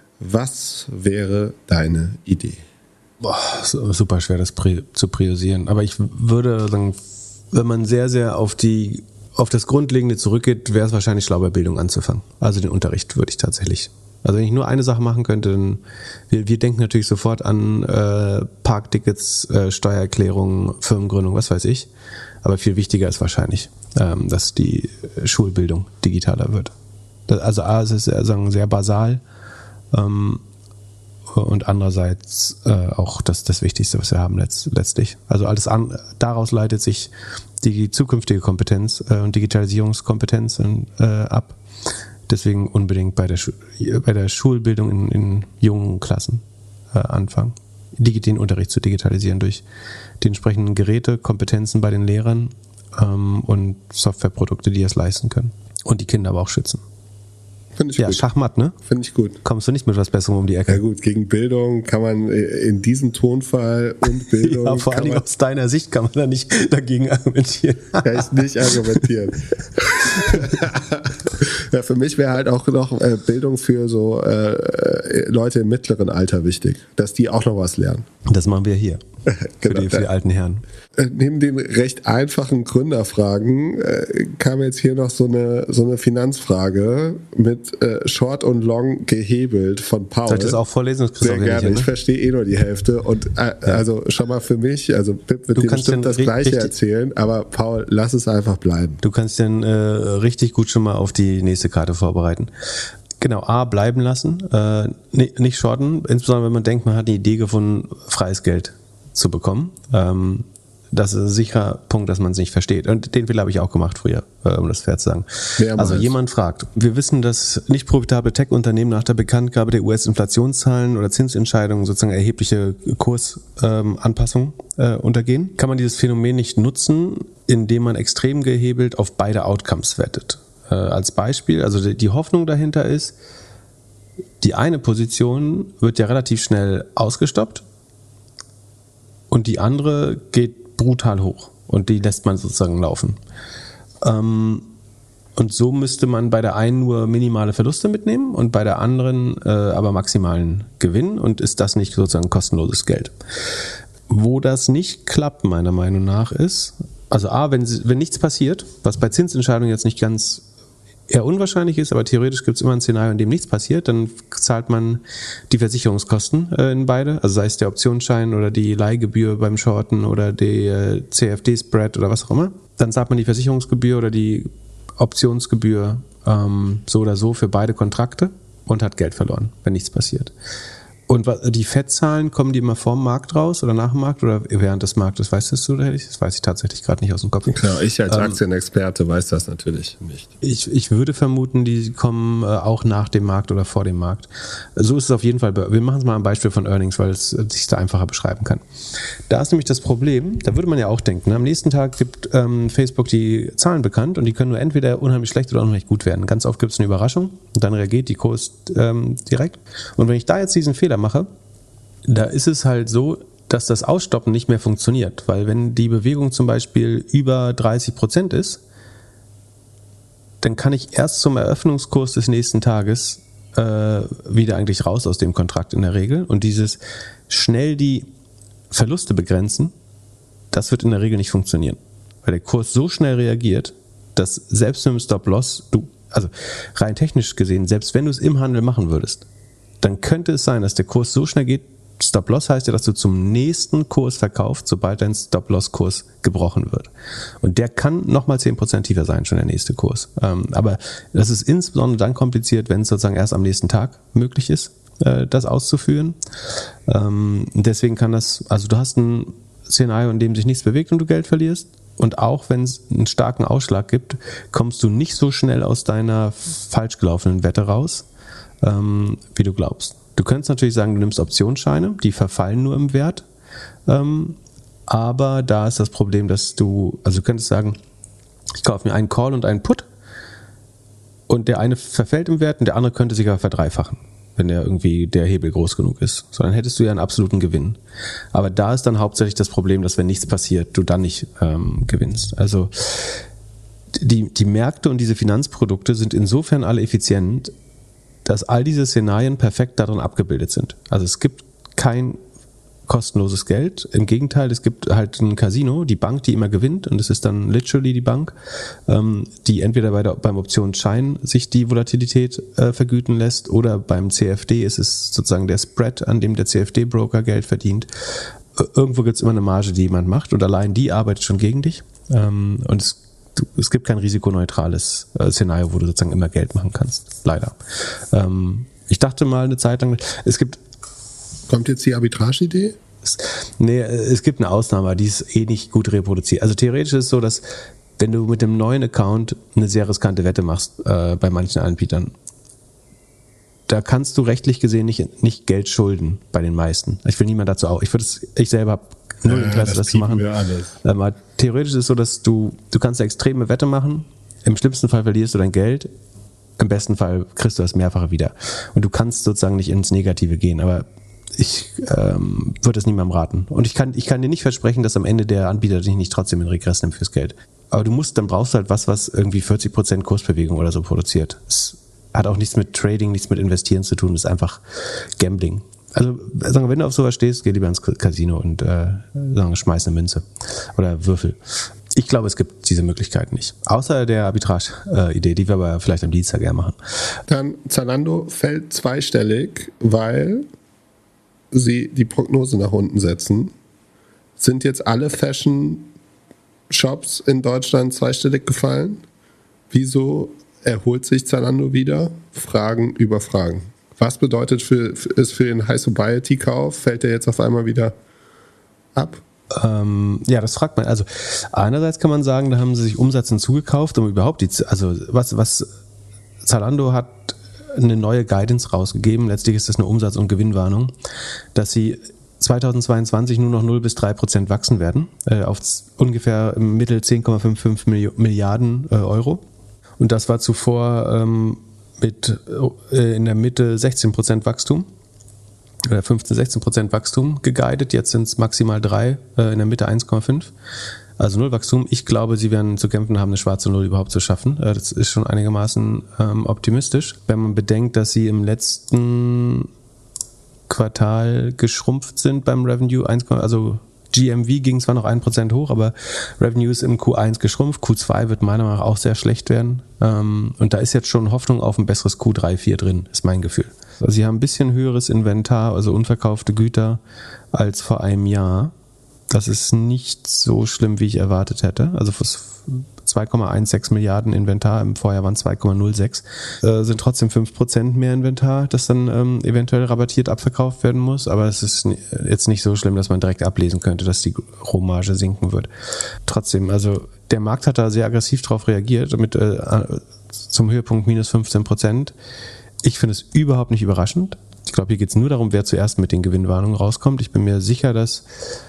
Was wäre deine Idee? Boah, super schwer, das zu priorisieren. Aber ich würde sagen, wenn man sehr, sehr auf die, auf das Grundlegende zurückgeht, wäre es wahrscheinlich schlau, bei Bildung anzufangen. Also den Unterricht würde ich tatsächlich. Also wenn ich nur eine Sache machen könnte, dann, wir, wir denken natürlich sofort an äh, Parktickets, äh, Steuererklärung, Firmengründung, was weiß ich. Aber viel wichtiger ist wahrscheinlich, ähm, dass die Schulbildung digitaler wird. Das, also A, es ist sagen, sehr basal. Ähm, und andererseits äh, auch das, das Wichtigste, was wir haben letzt, letztlich. Also alles an, daraus leitet sich die zukünftige Kompetenz äh, und Digitalisierungskompetenz äh, ab. Deswegen unbedingt bei der, Schu- bei der Schulbildung in, in jungen Klassen äh, anfangen. Den Unterricht zu digitalisieren durch die entsprechenden Geräte, Kompetenzen bei den Lehrern ähm, und Softwareprodukte, die es leisten können. Und die Kinder aber auch schützen. Finde ich ja, gut. Schachmatt, ne? Finde ich gut. Kommst du nicht mit was Besserem um die Ecke? Ja gut, gegen Bildung kann man in diesem Tonfall und Bildung... ja, vor allem aus deiner Sicht kann man da nicht dagegen argumentieren. Kann ich nicht argumentieren. Ja, für mich wäre halt auch noch äh, Bildung für so äh, Leute im mittleren Alter wichtig, dass die auch noch was lernen. Das machen wir hier. Für, Genau, die, für die alten Herren. Äh, neben den recht einfachen Gründerfragen äh, kam jetzt hier noch so eine, so eine Finanzfrage mit äh, Short und Long gehebelt von Paul. Soll ich das auch vorlesen? Das Sehr auch gerne, hin, ich ne? verstehe eh nur die Hälfte. Und äh, ja. also schon mal für mich, also Pip wird Du dir kannst bestimmt dann das ri- Gleiche richtig- erzählen, aber Paul, lass es einfach bleiben. Du kannst dann äh, richtig gut schon mal auf die nächste Karte vorbereiten. Genau, A, bleiben lassen, äh, nicht, nicht shorten, insbesondere wenn man denkt, man hat die Idee gefunden, freies Geld zu bekommen. Ähm, das ist ein sicherer Punkt, dass man es nicht versteht. Und den Fehler habe ich auch gemacht früher, um das fair zu sagen. Wer also weiß. Jemand fragt, wir wissen, dass nicht profitable Tech-Unternehmen nach der Bekanntgabe der U S-Inflationszahlen oder Zinsentscheidungen sozusagen erhebliche Kursanpassungen äh, untergehen. Kann man dieses Phänomen nicht nutzen, indem man extrem gehebelt auf beide Outcomes wettet? Äh, als Beispiel, also die, die Hoffnung dahinter ist, die eine Position wird ja relativ schnell ausgestoppt und die andere geht brutal hoch und die lässt man sozusagen laufen. Ähm, und so müsste man bei der einen nur minimale Verluste mitnehmen und bei der anderen äh, aber maximalen Gewinn, und ist das nicht sozusagen kostenloses Geld? Wo das nicht klappt, meiner Meinung nach, ist, also A, wenn, wenn nichts passiert, was bei Zinsentscheidungen jetzt nicht ganz eher unwahrscheinlich ist, aber theoretisch gibt es immer ein Szenario, in dem nichts passiert, dann zahlt man die Versicherungskosten äh, in beide, also sei es der Optionsschein oder die Leihgebühr beim Shorten oder die äh, C F D-Spread oder was auch immer. Dann zahlt man die Versicherungsgebühr oder die Optionsgebühr ähm, so oder so für beide Kontrakte und hat Geld verloren, wenn nichts passiert. Und die Fettzahlen, kommen die immer vorm Markt raus oder nach dem Markt oder während des Marktes? Weißt du das? Das weiß ich tatsächlich gerade nicht aus dem Kopf. Genau, ich als ähm, Aktienexperte weiß das natürlich nicht. Ich, ich würde vermuten, die kommen äh, auch nach dem Markt oder vor dem Markt. So ist es auf jeden Fall. Wir machen es mal ein Beispiel von Earnings, weil es äh, sich da einfacher beschreiben kann. Da ist nämlich das Problem, da würde man ja auch denken, ne? Am nächsten Tag gibt ähm, Facebook die Zahlen bekannt und die können nur entweder unheimlich schlecht oder unheimlich gut werden. Ganz oft gibt es eine Überraschung und dann reagiert die Kurs ähm, direkt. Und wenn ich da jetzt diesen Fehler mache, da ist es halt so, dass das Ausstoppen nicht mehr funktioniert, weil wenn die Bewegung zum Beispiel über dreißig Prozent ist, dann kann ich erst zum Eröffnungskurs des nächsten Tages äh, wieder eigentlich raus aus dem Kontrakt in der Regel, und dieses schnell die Verluste begrenzen, das wird in der Regel nicht funktionieren, weil der Kurs so schnell reagiert, dass selbst mit dem Stop-Loss, du, also rein technisch gesehen, selbst wenn du es im Handel machen würdest, dann könnte es sein, dass der Kurs so schnell geht. Stop-Loss heißt ja, dass du zum nächsten Kurs verkaufst, sobald dein Stop-Loss-Kurs gebrochen wird. Und der kann nochmal zehn Prozent tiefer sein, schon der nächste Kurs. Ähm, aber das ist insbesondere dann kompliziert, wenn es sozusagen erst am nächsten Tag möglich ist, äh, das auszuführen. Ähm, deswegen kann das, also du hast ein Szenario, in dem sich nichts bewegt und du Geld verlierst. Und auch wenn es einen starken Ausschlag gibt, kommst du nicht so schnell aus deiner falsch gelaufenen Wette raus, ähm, wie du glaubst. Du könntest natürlich sagen, du nimmst Optionsscheine, die verfallen nur im Wert, ähm, aber da ist das Problem, dass du, also du könntest sagen, ich kaufe mir einen Call und einen Put und der eine verfällt im Wert und der andere könnte sich aber verdreifachen, wenn der irgendwie der Hebel groß genug ist. So, dann hättest du ja einen absoluten Gewinn. Aber da ist dann hauptsächlich das Problem, dass wenn nichts passiert, du dann nicht ähm, gewinnst. Also die, die Märkte und diese Finanzprodukte sind insofern alle effizient, dass all diese Szenarien perfekt darin abgebildet sind. Also es gibt kein kostenloses Geld. Im Gegenteil, es gibt halt ein Casino, die Bank, die immer gewinnt, und es ist dann literally die Bank, ähm, die entweder bei der, beim Optionsschein sich die Volatilität äh, vergüten lässt, oder beim C F D ist es sozusagen der Spread, an dem der C F D-Broker Geld verdient. Irgendwo gibt es immer eine Marge, die jemand macht, und allein die arbeitet schon gegen dich. Ähm, und es Es gibt kein risikoneutrales äh, Szenario, wo du sozusagen immer Geld machen kannst. Leider. Ähm, ich dachte mal eine Zeit lang, es gibt... Kommt jetzt die Arbitrage-Idee? Es, nee, es gibt eine Ausnahme, die ist eh nicht gut reproduziert. Also theoretisch ist es so, dass wenn du mit dem neuen Account eine sehr riskante Wette machst äh, bei manchen Anbietern, da kannst du rechtlich gesehen nicht, nicht Geld schulden bei den meisten. Ich will niemand dazu auch. Ich würde es, ich selber habe null Interesse, ja, das, das zu machen. Ähm, theoretisch ist es so, dass du, du kannst eine extreme Wette machen. Im schlimmsten Fall verlierst du dein Geld. Im besten Fall kriegst du das Mehrfache wieder. Und du kannst sozusagen nicht ins Negative gehen. Aber ich ähm, würde es niemandem raten. Und ich kann, ich kann dir nicht versprechen, dass am Ende der Anbieter dich nicht trotzdem in Regress nimmt fürs Geld. Aber du musst, dann brauchst du halt was, was irgendwie vierzig Prozent Kursbewegung oder so produziert. Es hat auch nichts mit Trading, nichts mit Investieren zu tun. Es ist einfach Gambling. Also sagen wir, wenn du auf sowas stehst, geh lieber ins Casino und äh, sagen wir, schmeiß eine Münze oder Würfel. Ich glaube, es gibt diese Möglichkeit nicht. Außer der Arbitrage-Idee, die wir aber vielleicht am Dienstag gerne machen. Dann Zalando fällt zweistellig, weil sie die Prognose nach unten setzen. Sind jetzt alle Fashion-Shops in Deutschland zweistellig gefallen? Wieso erholt sich Zalando wieder? Fragen über Fragen. Was bedeutet für, ist für den High-Sobriety-Kauf? Fällt der jetzt auf einmal wieder ab? Ähm, ja, das fragt man. Also einerseits kann man sagen, da haben sie sich Umsatz hinzugekauft, um überhaupt die, also was, was Zalando hat eine neue Guidance rausgegeben, letztlich ist das eine Umsatz- und Gewinnwarnung, dass sie zweitausendzweiundzwanzig nur noch null bis drei Prozent wachsen werden, äh, auf ungefähr im Mittel zehn Komma fünfundfünfzig Milliarden äh, Euro. Und das war zuvor ähm, mit äh, in der Mitte sechzehn Prozent Wachstum oder fünfzehn, sechzehn Prozent Wachstum geguidet. Jetzt sind es maximal drei, äh, in der Mitte eins Komma fünf. Also Nullwachstum. Ich glaube, sie werden zu kämpfen haben, eine schwarze Null überhaupt zu schaffen. Äh, das ist schon einigermaßen ähm, optimistisch. Wenn man bedenkt, dass sie im letzten Quartal geschrumpft sind beim Revenue, also G M V ging zwar noch ein Prozent hoch, aber Revenue ist im Q eins geschrumpft, Q zwei wird meiner Meinung nach auch sehr schlecht werden und da ist jetzt schon Hoffnung auf ein besseres Q drei, vier drin, ist mein Gefühl. Also sie haben ein bisschen höheres Inventar, also unverkaufte Güter als vor einem Jahr. Das ist nicht so schlimm, wie ich erwartet hätte. Also zwei Komma sechzehn Milliarden Inventar, im Vorjahr waren zwei Komma null sechs, äh, sind trotzdem fünf Prozent mehr Inventar, das dann ähm, eventuell rabattiert abverkauft werden muss, aber es ist jetzt nicht so schlimm, dass man direkt ablesen könnte, dass die Rohmarge sinken wird. Trotzdem, also der Markt hat da sehr aggressiv drauf reagiert, mit äh, zum Höhepunkt minus fünfzehn Prozent. Ich finde es überhaupt nicht überraschend. Ich glaube, hier geht es nur darum, wer zuerst mit den Gewinnwarnungen rauskommt. Ich bin mir sicher, dass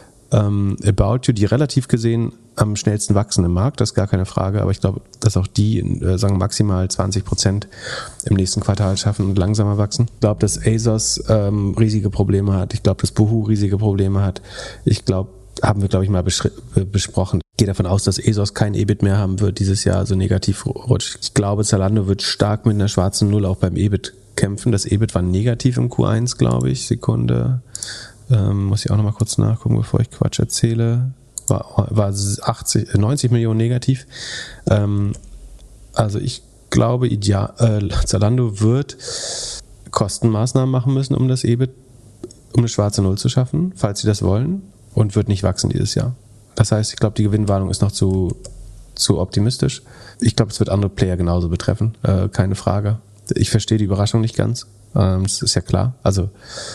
ähm, About You, die relativ gesehen am schnellsten wachsen im Markt, das ist gar keine Frage, aber ich glaube, dass auch die, äh, sagen maximal zwanzig Prozent im nächsten Quartal schaffen und langsamer wachsen. Ich glaube, dass ASOS ähm, riesige Probleme hat. Ich glaube, dass Boohoo riesige Probleme hat. Ich glaube, haben wir, glaube ich, mal besch- besprochen. Ich gehe davon aus, dass ASOS kein E B I T mehr haben wird dieses Jahr, so negativ rutscht. Ich glaube, Zalando wird stark mit einer schwarzen Null auch beim E B I T kämpfen. Das E B I T war negativ im Q eins, glaube ich. Sekunde. Ähm, muss ich auch noch mal kurz nachgucken, bevor ich Quatsch erzähle. War, war achtzig, neunzig Millionen negativ. Ähm, also ich glaube, ideal, äh, Zalando wird Kostenmaßnahmen machen müssen, um das E B I T, um eine schwarze Null zu schaffen, falls sie das wollen, und wird nicht wachsen dieses Jahr. Das heißt, ich glaube, die Gewinnwarnung ist noch zu, zu optimistisch. Ich glaube, es wird andere Player genauso betreffen, äh, keine Frage. Ich verstehe die Überraschung nicht ganz, ähm, das ist ja klar. Also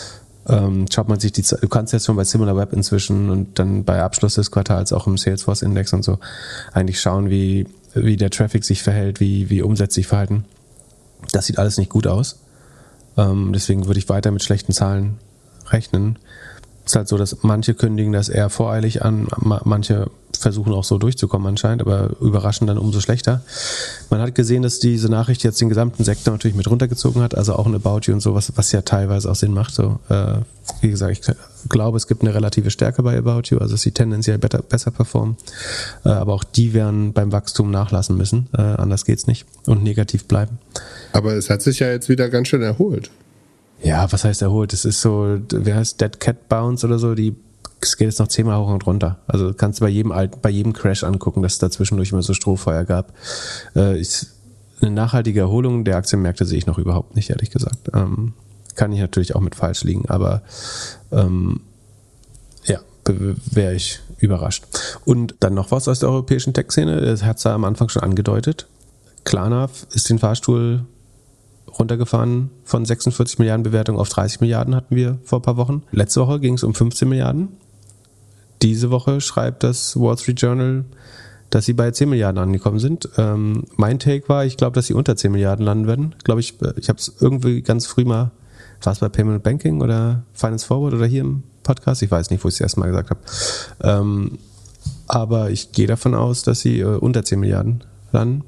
Ähm, schaut man sich die, du kannst jetzt schon bei SimilarWeb inzwischen und dann bei Abschluss des Quartals auch im Salesforce-Index und so eigentlich schauen, wie, wie der Traffic sich verhält, wie, wie Umsätze sich verhalten. Das sieht alles nicht gut aus. Ähm, deswegen würde ich weiter mit schlechten Zahlen rechnen. Es ist halt so, dass manche kündigen das eher voreilig an, manche versuchen auch so durchzukommen anscheinend, aber überraschen dann umso schlechter. Man hat gesehen, dass diese Nachricht jetzt den gesamten Sektor natürlich mit runtergezogen hat, also auch ein About You und so, was, was ja teilweise auch Sinn macht. So, äh, wie gesagt, ich glaube, es gibt eine relative Stärke bei About You, also dass sie tendenziell better, besser performen, äh, aber auch die werden beim Wachstum nachlassen müssen, äh, anders geht's nicht, und negativ bleiben. Aber es hat sich ja jetzt wieder ganz schön erholt. Ja, was heißt erholt? Es ist so, wer heißt Dead Cat Bounce oder so, die es geht jetzt noch zehnmal hoch und runter. Also kannst du bei jedem alten, bei jedem Crash angucken, dass es da zwischendurch immer so Strohfeuer gab. Äh, ist eine nachhaltige Erholung der Aktienmärkte sehe ich noch überhaupt nicht, ehrlich gesagt. Ähm, kann ich natürlich auch mit falsch liegen, aber ähm, ja, wäre ich überrascht. Und dann noch was aus der europäischen Tech-Szene, das hat es ja am Anfang schon angedeutet. Klarna ist den Fahrstuhl runtergefahren von sechsundvierzig Milliarden Bewertung auf dreißig Milliarden hatten wir vor ein paar Wochen. Letzte Woche ging es um fünfzehn Milliarden. Diese Woche schreibt das Wall Street Journal, dass sie bei zehn Milliarden angekommen sind. Ähm, mein Take war, ich glaube, dass sie unter zehn Milliarden landen werden. Glaube ich, ich habe es irgendwie ganz früh mal, war es bei Payment Banking oder Finance Forward oder hier im Podcast? Ich weiß nicht, wo ich es das erste Mal gesagt habe. Ähm, aber ich gehe davon aus, dass sie äh, unter zehn Milliarden landen.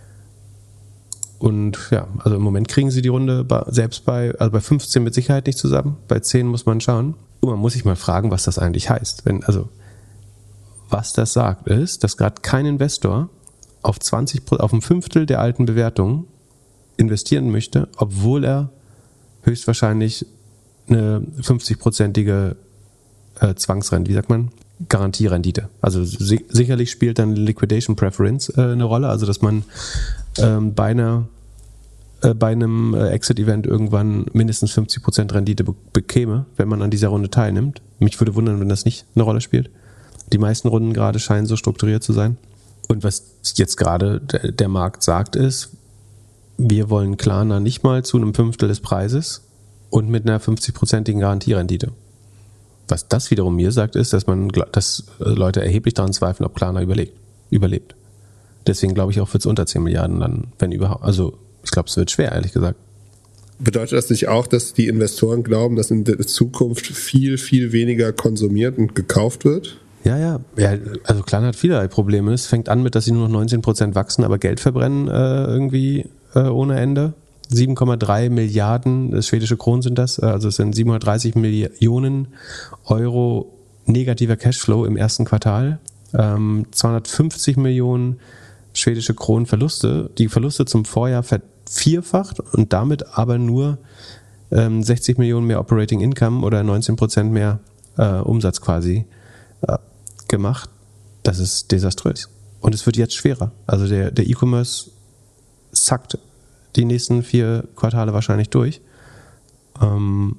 Und ja, also im Moment kriegen sie die Runde bei, selbst bei, also bei fünfzehn mit Sicherheit nicht zusammen, bei zehn muss man schauen. Und man muss sich mal fragen, was das eigentlich heißt. Wenn, also, was das sagt, ist, dass gerade kein Investor auf zwanzig, auf ein Fünftel der alten Bewertungen investieren möchte, obwohl er höchstwahrscheinlich eine fünfzig-prozentige äh, Zwangsrente, wie sagt man, Garantierendite. Also si- sicherlich spielt dann Liquidation Preference äh, eine Rolle, also dass man ähm, bei einer äh, bei einem äh, Exit-Event irgendwann mindestens fünfzig Prozent Rendite be- bekäme, wenn man an dieser Runde teilnimmt. Mich würde wundern, wenn das nicht eine Rolle spielt. Die meisten Runden gerade scheinen so strukturiert zu sein. Und was jetzt gerade der, der Markt sagt ist, wir wollen Klarna nicht mal zu einem Fünftel des Preises und mit einer fünfzig-prozentigen Garantierendite. Was das wiederum mir sagt, ist, dass man, dass Leute erheblich daran zweifeln, ob Klarna überlebt. überlebt. Deswegen glaube ich auch, wird es unter zehn Milliarden dann, wenn überhaupt. Also ich glaube, es wird schwer, ehrlich gesagt. Bedeutet das nicht auch, dass die Investoren glauben, dass in der Zukunft viel, viel weniger konsumiert und gekauft wird? Ja, ja, ja, also Klarna hat vielerlei Probleme. Es fängt an mit, dass sie nur noch neunzehn Prozent wachsen, aber Geld verbrennen äh, irgendwie äh, ohne Ende. sieben Komma drei Milliarden das schwedische Kronen sind das, also es sind siebenhundertdreißig Millionen Euro negativer Cashflow im ersten Quartal, ähm, zweihundertfünfzig Millionen schwedische Kronen Verluste, die Verluste zum Vorjahr vervierfacht und damit aber nur ähm, sechzig Millionen mehr Operating Income oder neunzehn Prozent mehr äh, Umsatz quasi äh, gemacht. Das ist desaströs. Und es wird jetzt schwerer. Also der, der E-Commerce sackt die nächsten vier Quartale wahrscheinlich durch. Ähm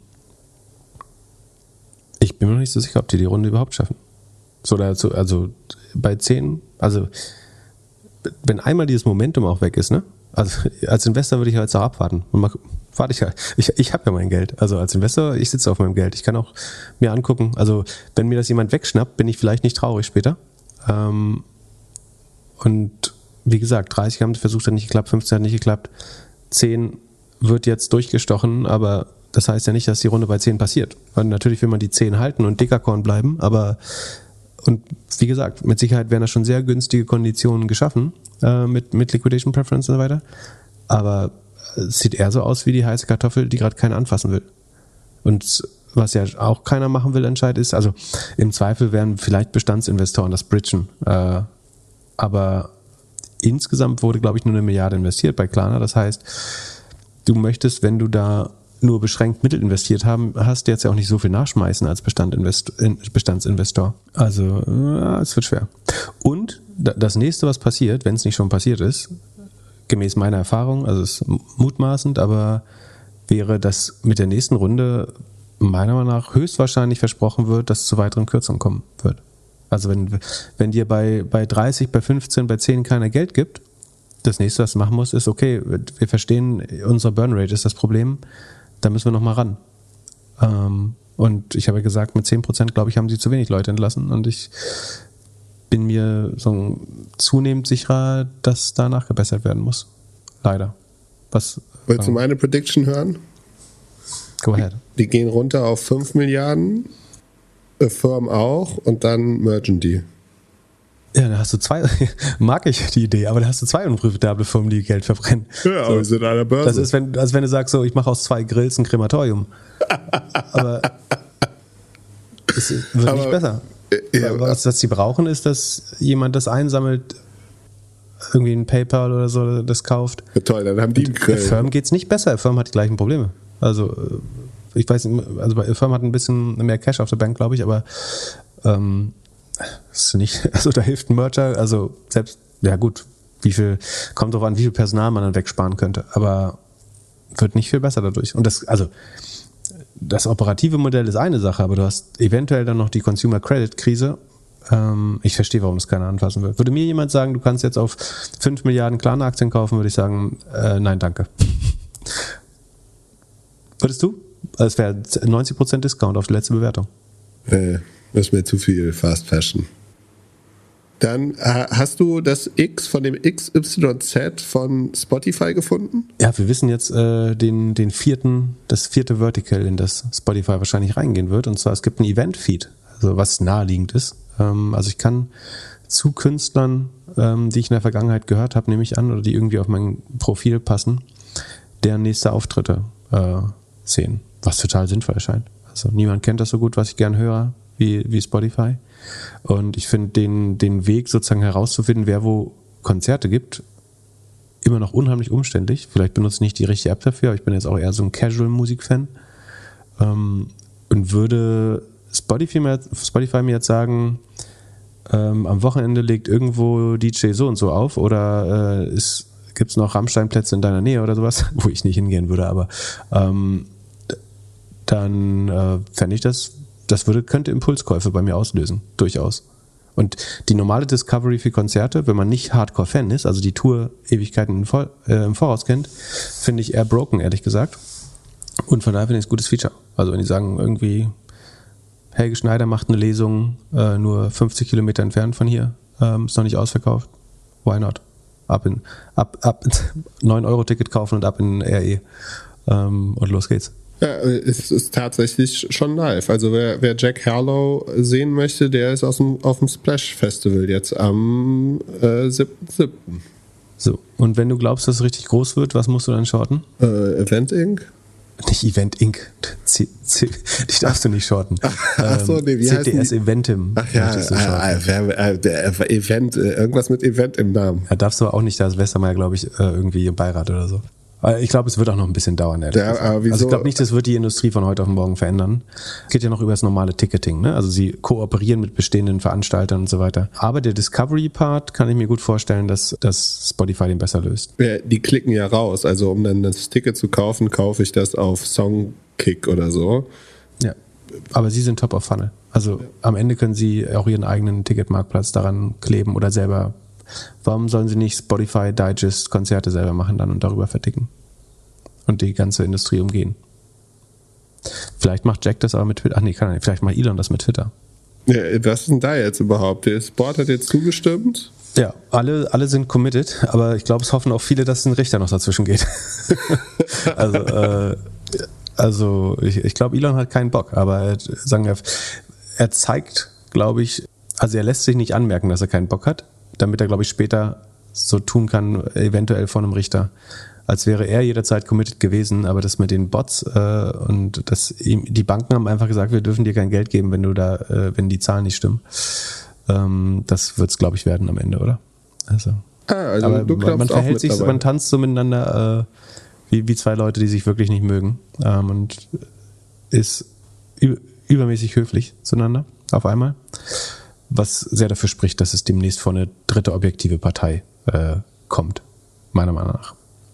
ich bin mir noch nicht so sicher, ob die die Runde überhaupt schaffen. So dazu, also bei zehn, also wenn einmal dieses Momentum auch weg ist, ne? Also als Investor würde ich jetzt auch abwarten. Und mal, warte ich ja. Ich, ich habe ja mein Geld. Also als Investor, ich sitze auf meinem Geld. Ich kann auch mir angucken. Also wenn mir das jemand wegschnappt, bin ich vielleicht nicht traurig später. Ähm, und wie gesagt, dreißig haben versucht, hat nicht geklappt, fünfzehn hat nicht geklappt, zehn wird jetzt durchgestochen, aber das heißt ja nicht, dass die Runde bei zehn passiert. Und natürlich will man die zehn halten und Dekakorn bleiben, aber und wie gesagt, mit Sicherheit werden da schon sehr günstige Konditionen geschaffen äh, mit, mit Liquidation Preference und so weiter. Aber es sieht eher so aus wie die heiße Kartoffel, die gerade keiner anfassen will. Und was ja auch keiner machen will, entscheidend ist, also im Zweifel werden vielleicht Bestandsinvestoren das bridgen. Äh, aber insgesamt wurde, glaube ich, nur eine Milliarde investiert bei Klarna. Das heißt, du möchtest, wenn du da nur beschränkt Mittel investiert haben, hast du jetzt ja auch nicht so viel nachschmeißen als Bestandsinvestor. Also, ja, es wird schwer. Und das nächste, was passiert, wenn es nicht schon passiert ist, gemäß meiner Erfahrung, also es ist mutmaßend, aber wäre, dass mit der nächsten Runde meiner Meinung nach höchstwahrscheinlich versprochen wird, dass es zu weiteren Kürzungen kommen wird. Also wenn, wenn dir bei, bei dreißig, bei fünfzehn, bei zehn keiner Geld gibt, das nächste, was du machen musst, ist, okay, wir verstehen, unsere Burnrate ist das Problem, da müssen wir nochmal ran. Ähm, und ich habe ja gesagt, mit zehn Prozent, glaube ich, haben sie zu wenig Leute entlassen und ich bin mir so zunehmend sicherer, dass da nachgebessert werden muss. Leider. Was, Willst du ähm, meine Prediction hören? Go ahead. Die, die gehen runter auf fünf Milliarden, Firm auch und dann mergen die. Ja, da hast du zwei, mag ich die Idee, aber da hast du zwei unprofitable Firmen, die Geld verbrennen. Ja, aber so, wir sind an der Börse. Das ist, wenn, als wenn du sagst, so, ich mache aus zwei Grills ein Krematorium. Aber es wird aber, nicht besser. Ja, was, was sie brauchen, ist, dass jemand das einsammelt, irgendwie ein PayPal oder so, das kauft. Ja, toll, dann haben die einen Grill. Der Firm geht es nicht besser, der Firm hat die gleichen Probleme. Also, ich weiß nicht, also bei Firm hat ein bisschen mehr Cash auf der Bank, glaube ich, aber ähm, ist nicht, also da hilft ein Merger, also selbst, ja gut, wie viel, kommt drauf an, wie viel Personal man dann wegsparen könnte, aber wird nicht viel besser dadurch. Und das, also, das operative Modell ist eine Sache, aber du hast eventuell dann noch die Consumer Credit Krise. Ähm, ich verstehe, warum das keiner anfassen will. Würde mir jemand sagen, du kannst jetzt auf fünf Milliarden Klarna-Aktien kaufen, würde ich sagen, äh, nein, danke. Würdest du? Es wäre neunzig Prozent Discount auf die letzte Bewertung. Nee, das ist mir zu viel Fast Fashion. Dann äh, hast du das X von dem X Y Z von Spotify gefunden? Ja, wir wissen jetzt äh, den, den vierten, das vierte Vertical, in das Spotify wahrscheinlich reingehen wird. Und zwar, es gibt ein Event-Feed, also was naheliegend ist. Ähm, also ich kann zu Künstlern, ähm, die ich in der Vergangenheit gehört habe, nehme ich an, oder die irgendwie auf mein Profil passen, deren nächste Auftritte äh, sehen, was total sinnvoll erscheint. Also niemand kennt das so gut, was ich gern höre, wie, wie Spotify. Und ich finde den, den Weg sozusagen herauszufinden, wer wo Konzerte gibt, immer noch unheimlich umständlich. Vielleicht benutze ich nicht die richtige App dafür, aber ich bin jetzt auch eher so ein Casual-Musik-Fan. Ähm, und würde Spotify mir, Spotify mir jetzt sagen, ähm, am Wochenende legt irgendwo D J so und so auf oder äh, gibt es noch Rammstein-Plätze in deiner Nähe oder sowas, wo ich nicht hingehen würde, aber ähm, dann äh, fände ich das, das würde, könnte Impulskäufe bei mir auslösen, durchaus. Und die normale Discovery für Konzerte, wenn man nicht Hardcore-Fan ist, also die Tour-Ewigkeiten im Voraus kennt, finde ich eher broken, ehrlich gesagt. Und von daher finde ich es ein gutes Feature. Also wenn die sagen, irgendwie Helge Schneider macht eine Lesung äh, nur fünfzig Kilometer entfernt von hier. Ähm, ist noch nicht ausverkauft. Why not? Ab in, ab, ab neun Euro Ticket kaufen und ab in R E. Ähm, und los geht's. Ja, es ist tatsächlich schon live. Also wer, wer Jack Harlow sehen möchte, der ist aus dem, auf dem Splash Festival jetzt am äh, siebten siebten So, und wenn du glaubst, dass es richtig groß wird, was musst du dann shorten? Äh, Event Incorporated? Nicht Event Incorporated. C- C- Dich darfst du nicht shorten. Ach so, nee, wie heißt C T S die? Eventim. Ach ja, möchtest du shorten. äh, äh, der Event, äh, irgendwas mit Event im Namen. Da darfst du auch nicht, da ist Westermeier, glaube ich, äh, irgendwie im Beirat oder so. Aber ich glaube, es wird auch noch ein bisschen dauern, ehrlich Ja, gesagt. aber wieso? Also ich glaube nicht, das wird die Industrie von heute auf morgen verändern. Es geht ja noch über das normale Ticketing, ne? Also sie kooperieren mit bestehenden Veranstaltern und so weiter. Aber der Discovery-Part kann ich mir gut vorstellen, dass, dass Spotify den besser löst. Ja, die klicken ja raus. Also um dann das Ticket zu kaufen, kaufe ich das auf Songkick oder so. Ja, aber sie sind top of funnel. Also ja. Am Ende können sie auch ihren eigenen Ticketmarktplatz daran kleben oder selber. Warum sollen sie nicht Spotify Digest Konzerte selber machen dann und darüber verticken? Und die ganze Industrie umgehen. Vielleicht macht Jack das aber mit Twitter. Ach nee, kann er nicht. Vielleicht macht Elon das mit Twitter. Ja, was ist denn da jetzt überhaupt? Der Sport hat jetzt zugestimmt? Ja, alle, alle sind committed, aber ich glaube, es hoffen auch viele, dass ein Richter noch dazwischen geht. also, äh, also ich, ich glaube, Elon hat keinen Bock, aber er, sagen wir, er zeigt, glaube ich, also er lässt sich nicht anmerken, dass er keinen Bock hat, damit er, glaube ich, später so tun kann, eventuell vor einem Richter, als wäre er jederzeit committed gewesen, aber das mit den Bots äh, und das ihm, die Banken haben einfach gesagt, wir dürfen dir kein Geld geben, wenn du da, äh, wenn die Zahlen nicht stimmen. Ähm, das wird es, glaube ich, werden am Ende, oder? Also, ah, also aber du glaubst man auch verhält sich, so, man tanzt so miteinander äh, wie, wie zwei Leute, die sich wirklich nicht mögen ähm, und ist ü- übermäßig höflich zueinander auf einmal. Was sehr dafür spricht, dass es demnächst vor eine dritte objektive Partei äh, kommt, meiner Meinung nach.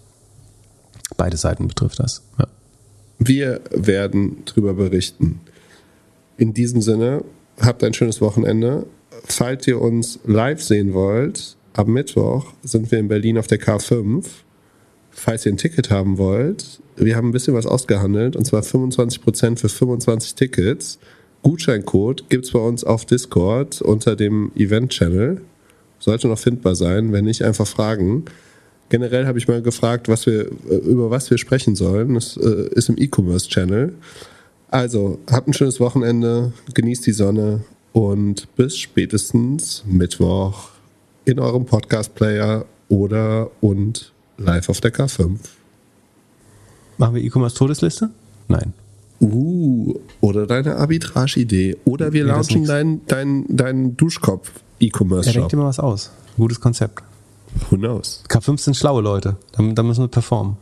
Beide Seiten betrifft das. Ja. Wir werden drüber berichten. In diesem Sinne, habt ein schönes Wochenende. Falls ihr uns live sehen wollt, am Mittwoch sind wir in Berlin auf der K fünf. Falls ihr ein Ticket haben wollt, wir haben ein bisschen was ausgehandelt, und zwar fünfundzwanzig Prozent für fünfundzwanzig Tickets. Gutscheincode gibt es bei uns auf Discord unter dem Event-Channel. Sollte noch findbar sein, wenn nicht, einfach fragen. Generell habe ich mal gefragt, was wir, über was wir sprechen sollen. Das äh, ist im E-Commerce-Channel. Also, habt ein schönes Wochenende, genießt die Sonne und bis spätestens Mittwoch in eurem Podcast-Player oder und live auf der K fünf. Machen wir E-Commerce-Todesliste? Nein. Uh, oder deine Arbitrage-Idee. Oder wir Nee, das launchen nix. deinen dein, dein Er Duschkopf-E-Commerce-Shop. denkt immer was aus. Gutes Konzept. Who knows? K fünf sind schlaue Leute. Da, da müssen wir performen.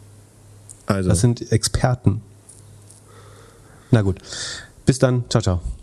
Also, Das sind Experten. Na gut. Bis dann. Ciao, ciao.